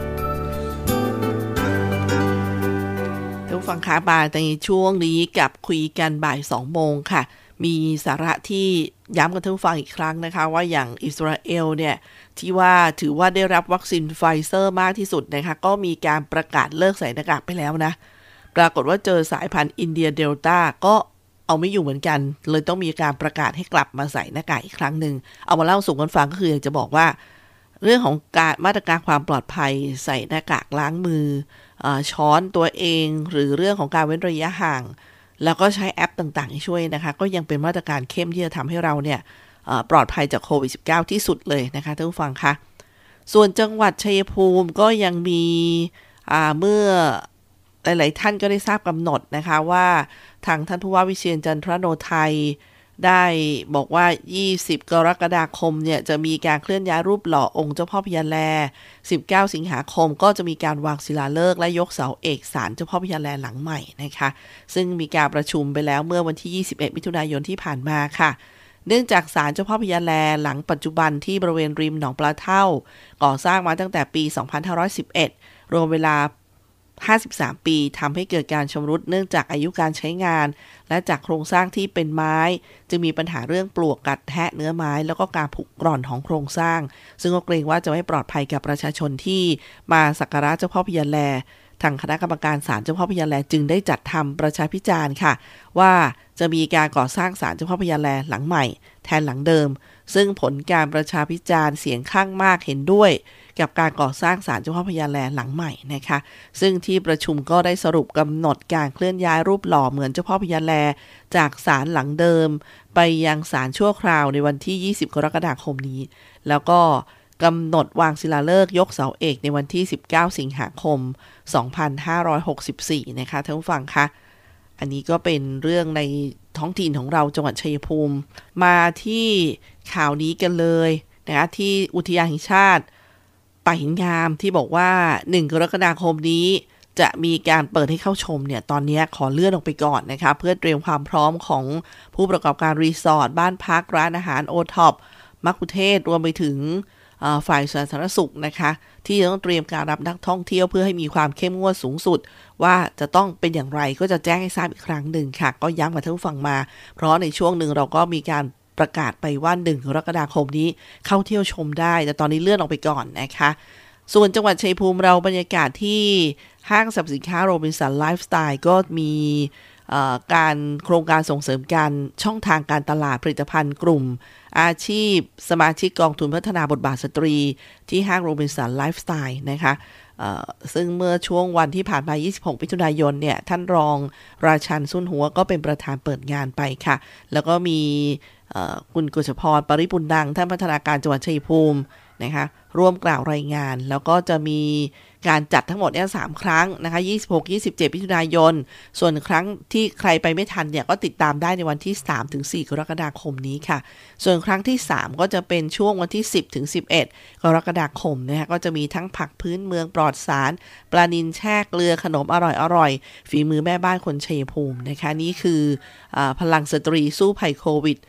ทุกฟังขาบาในช่วงนี้กับคุยกันบ่าย 2 โมงค่ะมีสาระที่ย้ำกันทุกฟังอีกครั้งนะคะว่าอย่างอิสราเอลเนี่ยที่ว่าถือว่าได้รับวัคซีนไฟเซอร์มากที่สุดนะคะก็มีการประกาศเลิกใส่หน้ากากไปแล้วนะปรากฏว่าเจอสายพันธุ์อินเดียเดลต้าก็เอาไม่อยู่เหมือนกันเลยต้องมีการประกาศให้กลับมาใส่หน้ากากอีกครั้งหนึ่งเอามาเล่าสู่กันฟังก็คืออยากจะบอกว่าเรื่องของการมาตรการความปลอดภัยใส่หน้ากากล้างมือช้อนตัวเองหรือเรื่องของการเว้นระยะห่างแล้วก็ใช้แอปต่างๆให้ช่วยนะคะก็ยังเป็นมาตรการเข้มที่จะทำให้เราเนี่ยปลอดภัยจากโควิด -19 ที่สุดเลยนะคะท่านผู้ฟังคะส่วนจังหวัดชัยภูมิก็ยังมีเมื่อหลายๆท่านก็ได้ทราบกำหนดนะคะว่าทางท่านผู้ว่าวิเชียรจันทรโนไทยได้บอกว่า20กรกฎาคมเนี่ยจะมีการเคลื่อนย้ายรูปหล่อองค์เจ้าพ่อพญาแล19สิงหาคมก็จะมีการวางศิลาฤกษ์และยกเสาเอกศาลเจ้าพ่อพญาแลหลังใหม่นะคะซึ่งมีการประชุมไปแล้วเมื่อวันที่21มิถุนายนที่ผ่านมาค่ะเนื่องจากศาลเจ้าพ่อพญาแลหลังปัจจุบันที่บริเวณริมหนองปลาเท่าก่อสร้างมาตั้งแต่ปี2511รวมเวลา53ปีทำให้เกิดการชำรุดเนื่องจากอายุการใช้งานและจากโครงสร้างที่เป็นไม้จึงมีปัญหาเรื่องปลวกกัดแทะเนื้อไม้แล้วก็การผุกร่อนของโครงสร้างซึ่งก็เกรงว่าจะไม่ปลอดภัยกับประชาชนที่มาสักการะเจ้าพ่อพญาแลทางคณะกรรมการศาลเจ้าพ่อพญาแลจึงได้จัดทำประชาพิจารณ์ค่ะว่าจะมีการก่อสร้างศาลเจ้าพ่อพญาแลหลังใหม่แทนหลังเดิมซึ่งผลการประชาพิจารณ์เสียงข้างมากเห็นด้วยกับการก่อสร้างศาลเจ้าพ่อพญาแลหลังใหม่นะคะซึ่งที่ประชุมก็ได้สรุปกำหนดการเคลื่อนย้ายรูปหล่อเหมือนเจ้าพ่อพญาแลจากศาลหลังเดิมไปยังศาลชั่วคราวในวันที่20กรกฎาคมนี้แล้วก็กำหนดวางศิลาฤกษ์ยกเสาเอกในวันที่19สิงหาคม2564นะคะท่านผู้ฟังคะอันนี้ก็เป็นเรื่องในท้องถิ่นของเราจังหวัดชัยภูมิมาที่ข่าวนี้กันเลยนะคะที่อุทยานแห่งชาติป่าหินงามที่บอกว่า1กรกฎาคมนี้จะมีการเปิดให้เข้าชมเนี่ยตอนนี้ขอเลื่อนออกไปก่อนนะคะเพื่อเตรียมความพร้อมของผู้ประกอบการรีสอร์ทบ้านพักร้านอาหารโอท็อปมัคคุเทศก์รวมไปถึงฝ่ายสาธารณสุขนะคะที่ต้องเตรียมการรับนักท่องเที่ยวเพื่อให้มีความเข้มงวดสูงสุดว่าจะต้องเป็นอย่างไรก็จะแจ้งให้ทราบอีกครั้งหนึ่งค่ะก็ย้ำกับท่านผู้ฟังมาเพราะในช่วงหนึ่งเราก็มีการประกาศไปว่า1 กรกฎาคมนี้เข้าเที่ยวชมได้แต่ตอนนี้เลื่อนออกไปก่อนนะคะส่วนจังหวัดชัยภูมิเราบรรยากาศที่ห้างสรรพสินค้าโรบินสันไลฟ์สไตล์ก็มีการโครงการส่งเสริมการช่องทางการตลาดผลิตภัณฑ์กลุ่มอาชีพสมาชิกกองทุนพัฒนาบทบาทสตรีที่ห้างโรบินสันไลฟ์สไตล์นะคะซึ่งเมื่อช่วงวันที่ผ่านมา26 มิถุนายนเนี่ยท่านรองราชันสุนหัวก็เป็นประธานเปิดงานไปค่ะแล้วก็มีคุณกฤษพรปริปุณังท่านพัฒนาการจังหวัดชัยภูมินะคะร่วมกล่าวรายงานแล้วก็จะมีการจัดทั้งหมดเนี่ย3ครั้งนะคะ26 27 มิถุนายนส่วนครั้งที่ใครไปไม่ทันเนี่ยก็ติดตามได้ในวันที่ 3-4 กรกฎาคมนี้ค่ะส่วนครั้งที่3ก็จะเป็นช่วงวันที่ 10-11 กรกฎาคมนะคะก็จะมีทั้งผักพื้นเมืองปลอดสารปลานิลแช่เกลือขนมอร่อยฝีมือแม่บ้านคนชัยภูมินะคะนี่คือพลังสตรีสู้ภัยโควิด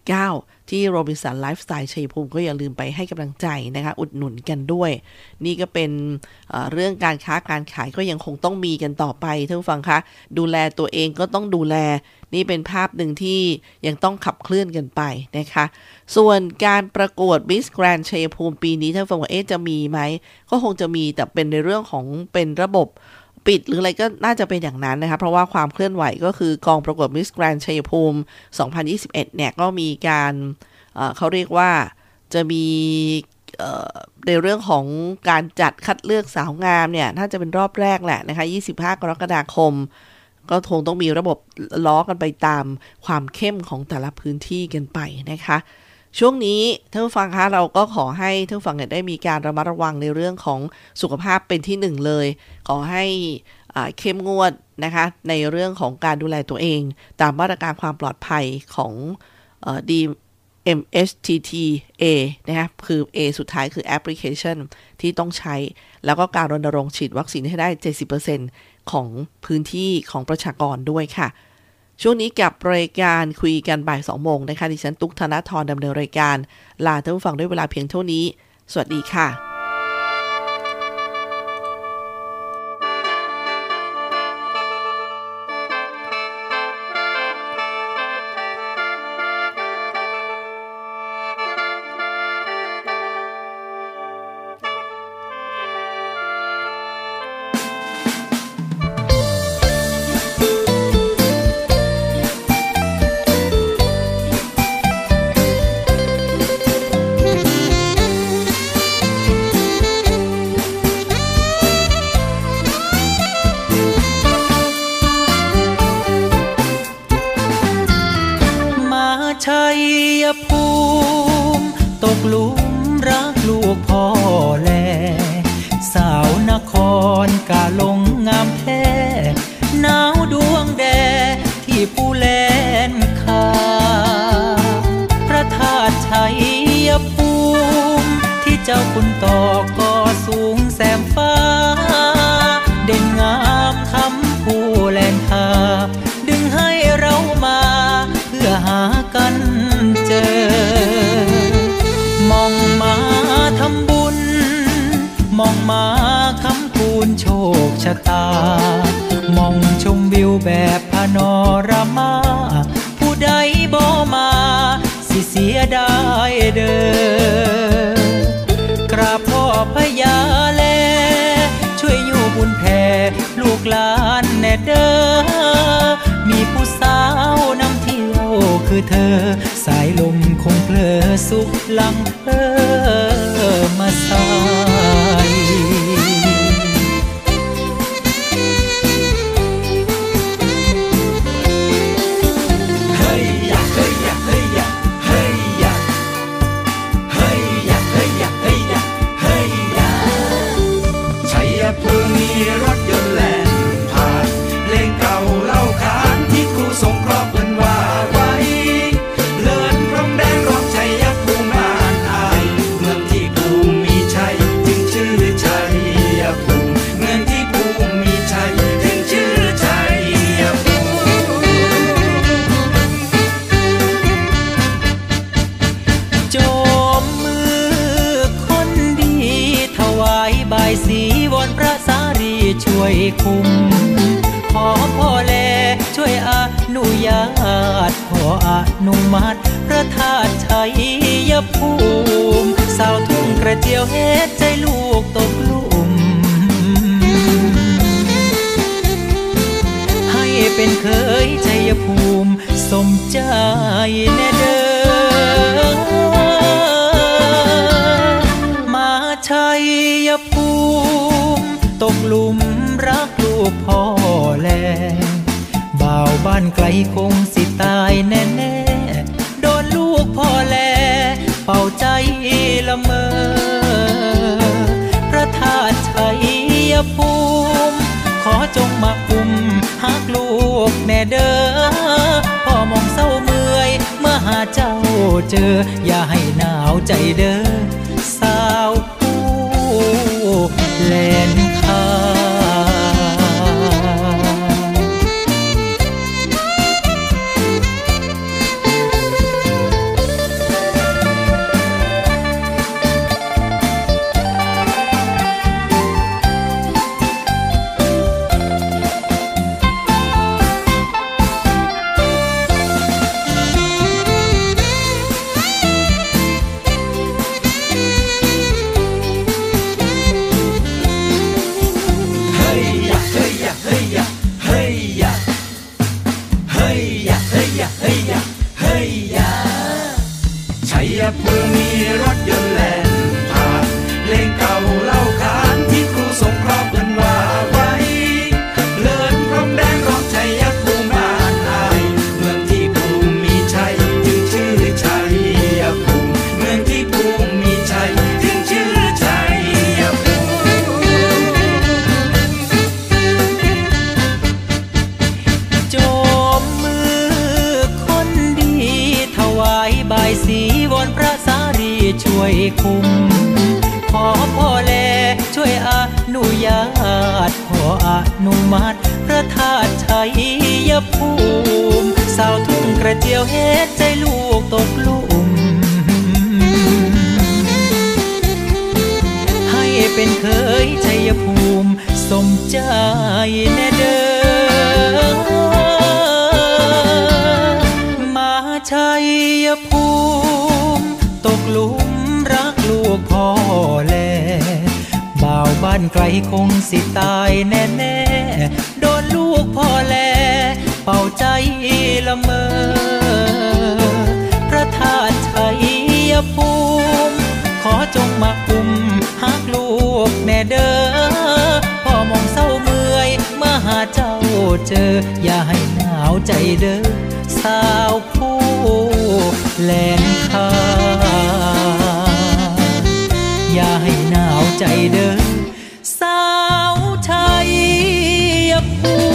19ที่โรบินสันไลฟ์สไตล์ชัยภูมิก็อย่าลืมไปให้กำลังใจนะคะอุดหนุนกันด้วยนี่ก็เป็นเรื่องการค้าการขายก็ยังคงต้องมีกันต่อไปท่านผู้ฟังคะดูแลตัวเองก็ต้องดูแลนี่เป็นภาพหนึ่งที่ยังต้องขับเคลื่อนกันไปนะคะส่วนการประกวด Miss Grand ชัยภูมิปีนี้ท่านผู้ฟังว่าจะมีไหมก็คงจะมีแต่เป็นในเรื่องของเป็นระบบปิดหรืออะไรก็น่าจะเป็นอย่างนั้นนะคะเพราะว่าความเคลื่อนไหวก็คือกองประกวด Miss Grand ชัยภูมิ 2021 เนี่ยก็มีการเขาเรียกว่าจะมีในเรื่องของการจัดคัดเลือกสาวงามเนี่ยน่าจะเป็นรอบแรกแหละนะคะ25 กรกฎาคมก็คงต้องมีระบบล้อกันไปตามความเข้มของแต่ละพื้นที่กันไปนะคะช่วงนี้ท่านผู้ฟังคะเราก็ขอให้ท่านผู้ฟังได้มีการระมัดระวังในเรื่องของสุขภาพเป็นที่หนึ่งเลยขอให้เข้มงวดนะคะในเรื่องของการดูแลตัวเองตามมาตรการความปลอดภัยของDMHTTA นะคะคือ A สุดท้ายคือแอปพลิเคชันที่ต้องใช้แล้วก็การรณรงค์ฉีดวัคซีนให้ได้ 70% ของพื้นที่ของประชากรด้วยค่ะช่วงนี้กับรายการคุยกันบ่าย 2 โมงนะคะดิฉันตุ๊กธนธรดำเนินรายการลาท่านผู้ฟังด้วยเวลาเพียงเท่านี้สวัสดีค่ะชัยภูมิตกหลุมรักลูกพ่อแลสาวนครกาลงงามแท้หนาวดวงแดที่ปูแลนคาพระธาตุชัยภูมิที่เจ้าคุณต่อก่อสูงแสมฟ้าเด่นงามทำผู้แลนคาดึงให้เรามาเพื่อหากันเจอมองมาทำบุญมองมาคำคูณโชคชะตามองชมวิวแบบพาโนรามาผู้ใดบ่มาสิเสียดายเด้อกราบพ่อพญาแลช่วยอยู่บุญแผ่ลูกหลานแน่เด้อมีผู้สาวนำเที่ยวคือเธอสายลมคงเพลอสุขลังมาสายรถยนต์แล่นผ่านเพลงเก่าเล่าขานที่ครูสงเคราะห์เพิ่นว่าไว้เลินพรมแดนร้องชัยภูมิบ้านอายช่วยคุมขอพ่อแลช่วยอนุญาตขออนุมัติพระธาตุชัยภูมิสาวทุ่งกระเจียวเฮ็ดใจลูกตกหลุมให้เป็นเคยชัยภูมิสมใจแน่เด้อมาชัยภูมิตกหลุมรักลูกพ่อแลบ่าวบ้านไกลคงสิตายแน่ๆโดนลูกพ่อแลเป่าใจละเมอพระธาตุชัยภูมิขอจงมาคุมหักลูกแน่เด้อพ่อมองเศร้าเมื่อยเมื่อหาเจ้าเจออย่าให้หนาวใจเด้อสาวผู้แลนข้าภูมิมีรถยนต์แล่นผ่านเพลงเก่าเล่าขานที่ครูสงเคราะห์เพิ่นว่าไว้เลินพรมแดงร้องชัยภูมิบ้านอายเมืองที่ภูมิมีชัยจึงชื่อชัยภูมิเมืองที่ภูมิมีชัยจึงชื่อชัยภูมิจมมือคนดีถวายบายสีวอนพระสารีช่วยคุมขอพ่อแลช่วยอนุญาตขออนุมัติพระธาตุชัยภูมิสาวทุ่งกระเจียวเฮ็ดใจลูกตกหลุมให้เป็นเคยชัยภูมิสมใจแน่เด้อมาชัยภูมิตกหลุมรักลูกพ่อแลบ่าวบ้านไกลคงสิตายแน่ๆโดนลูกพ่อแลเป่าใจละเมอพระธาตุชัยภูมิขอจงมาคุมหักลูกแน่เด้อพ่อมองเศร้าเมื่อยเมื่อหาเจ้าเจออย่าให้หนาวใจเด้อสาวผู้แลนข้าอย่าให้หนาวใจเด้อสาวชัยภูมิ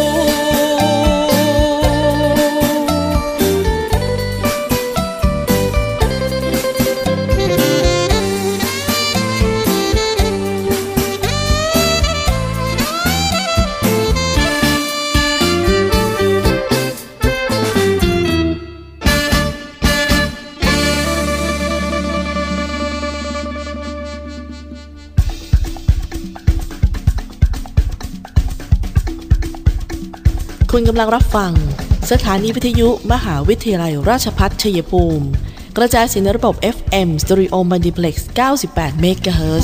คุณกำลังรับฟังสถานีวิทยุมหาวิทยาลัยราชภัฏชัยภูมิกระจายเสียงในระบบ FM Stereo Multiplex 98 MHz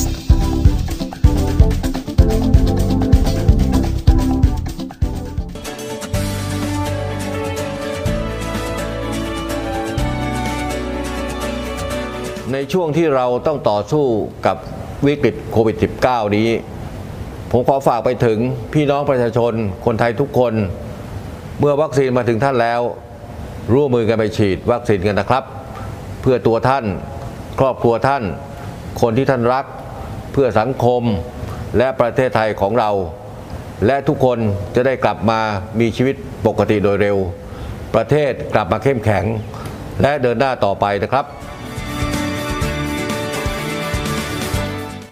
ในช่วงที่เราต้องต่อสู้กับวิกฤตโควิด -19 นี้ผมขอฝากไปถึงพี่น้องประชาชนคนไทยทุกคนเมื่อวัคซีนมาถึงท่านแล้วร่วมมือกันไปฉีดวัคซีนกันนะครับเพื่อตัวท่านครอบครัวท่านคนที่ท่านรักเพื่อสังคมและประเทศไทยของเราและทุกคนจะได้กลับมามีชีวิตปกติโดยเร็วประเทศกลับมาเข้มแข็งและเดินหน้าต่อไปนะครับ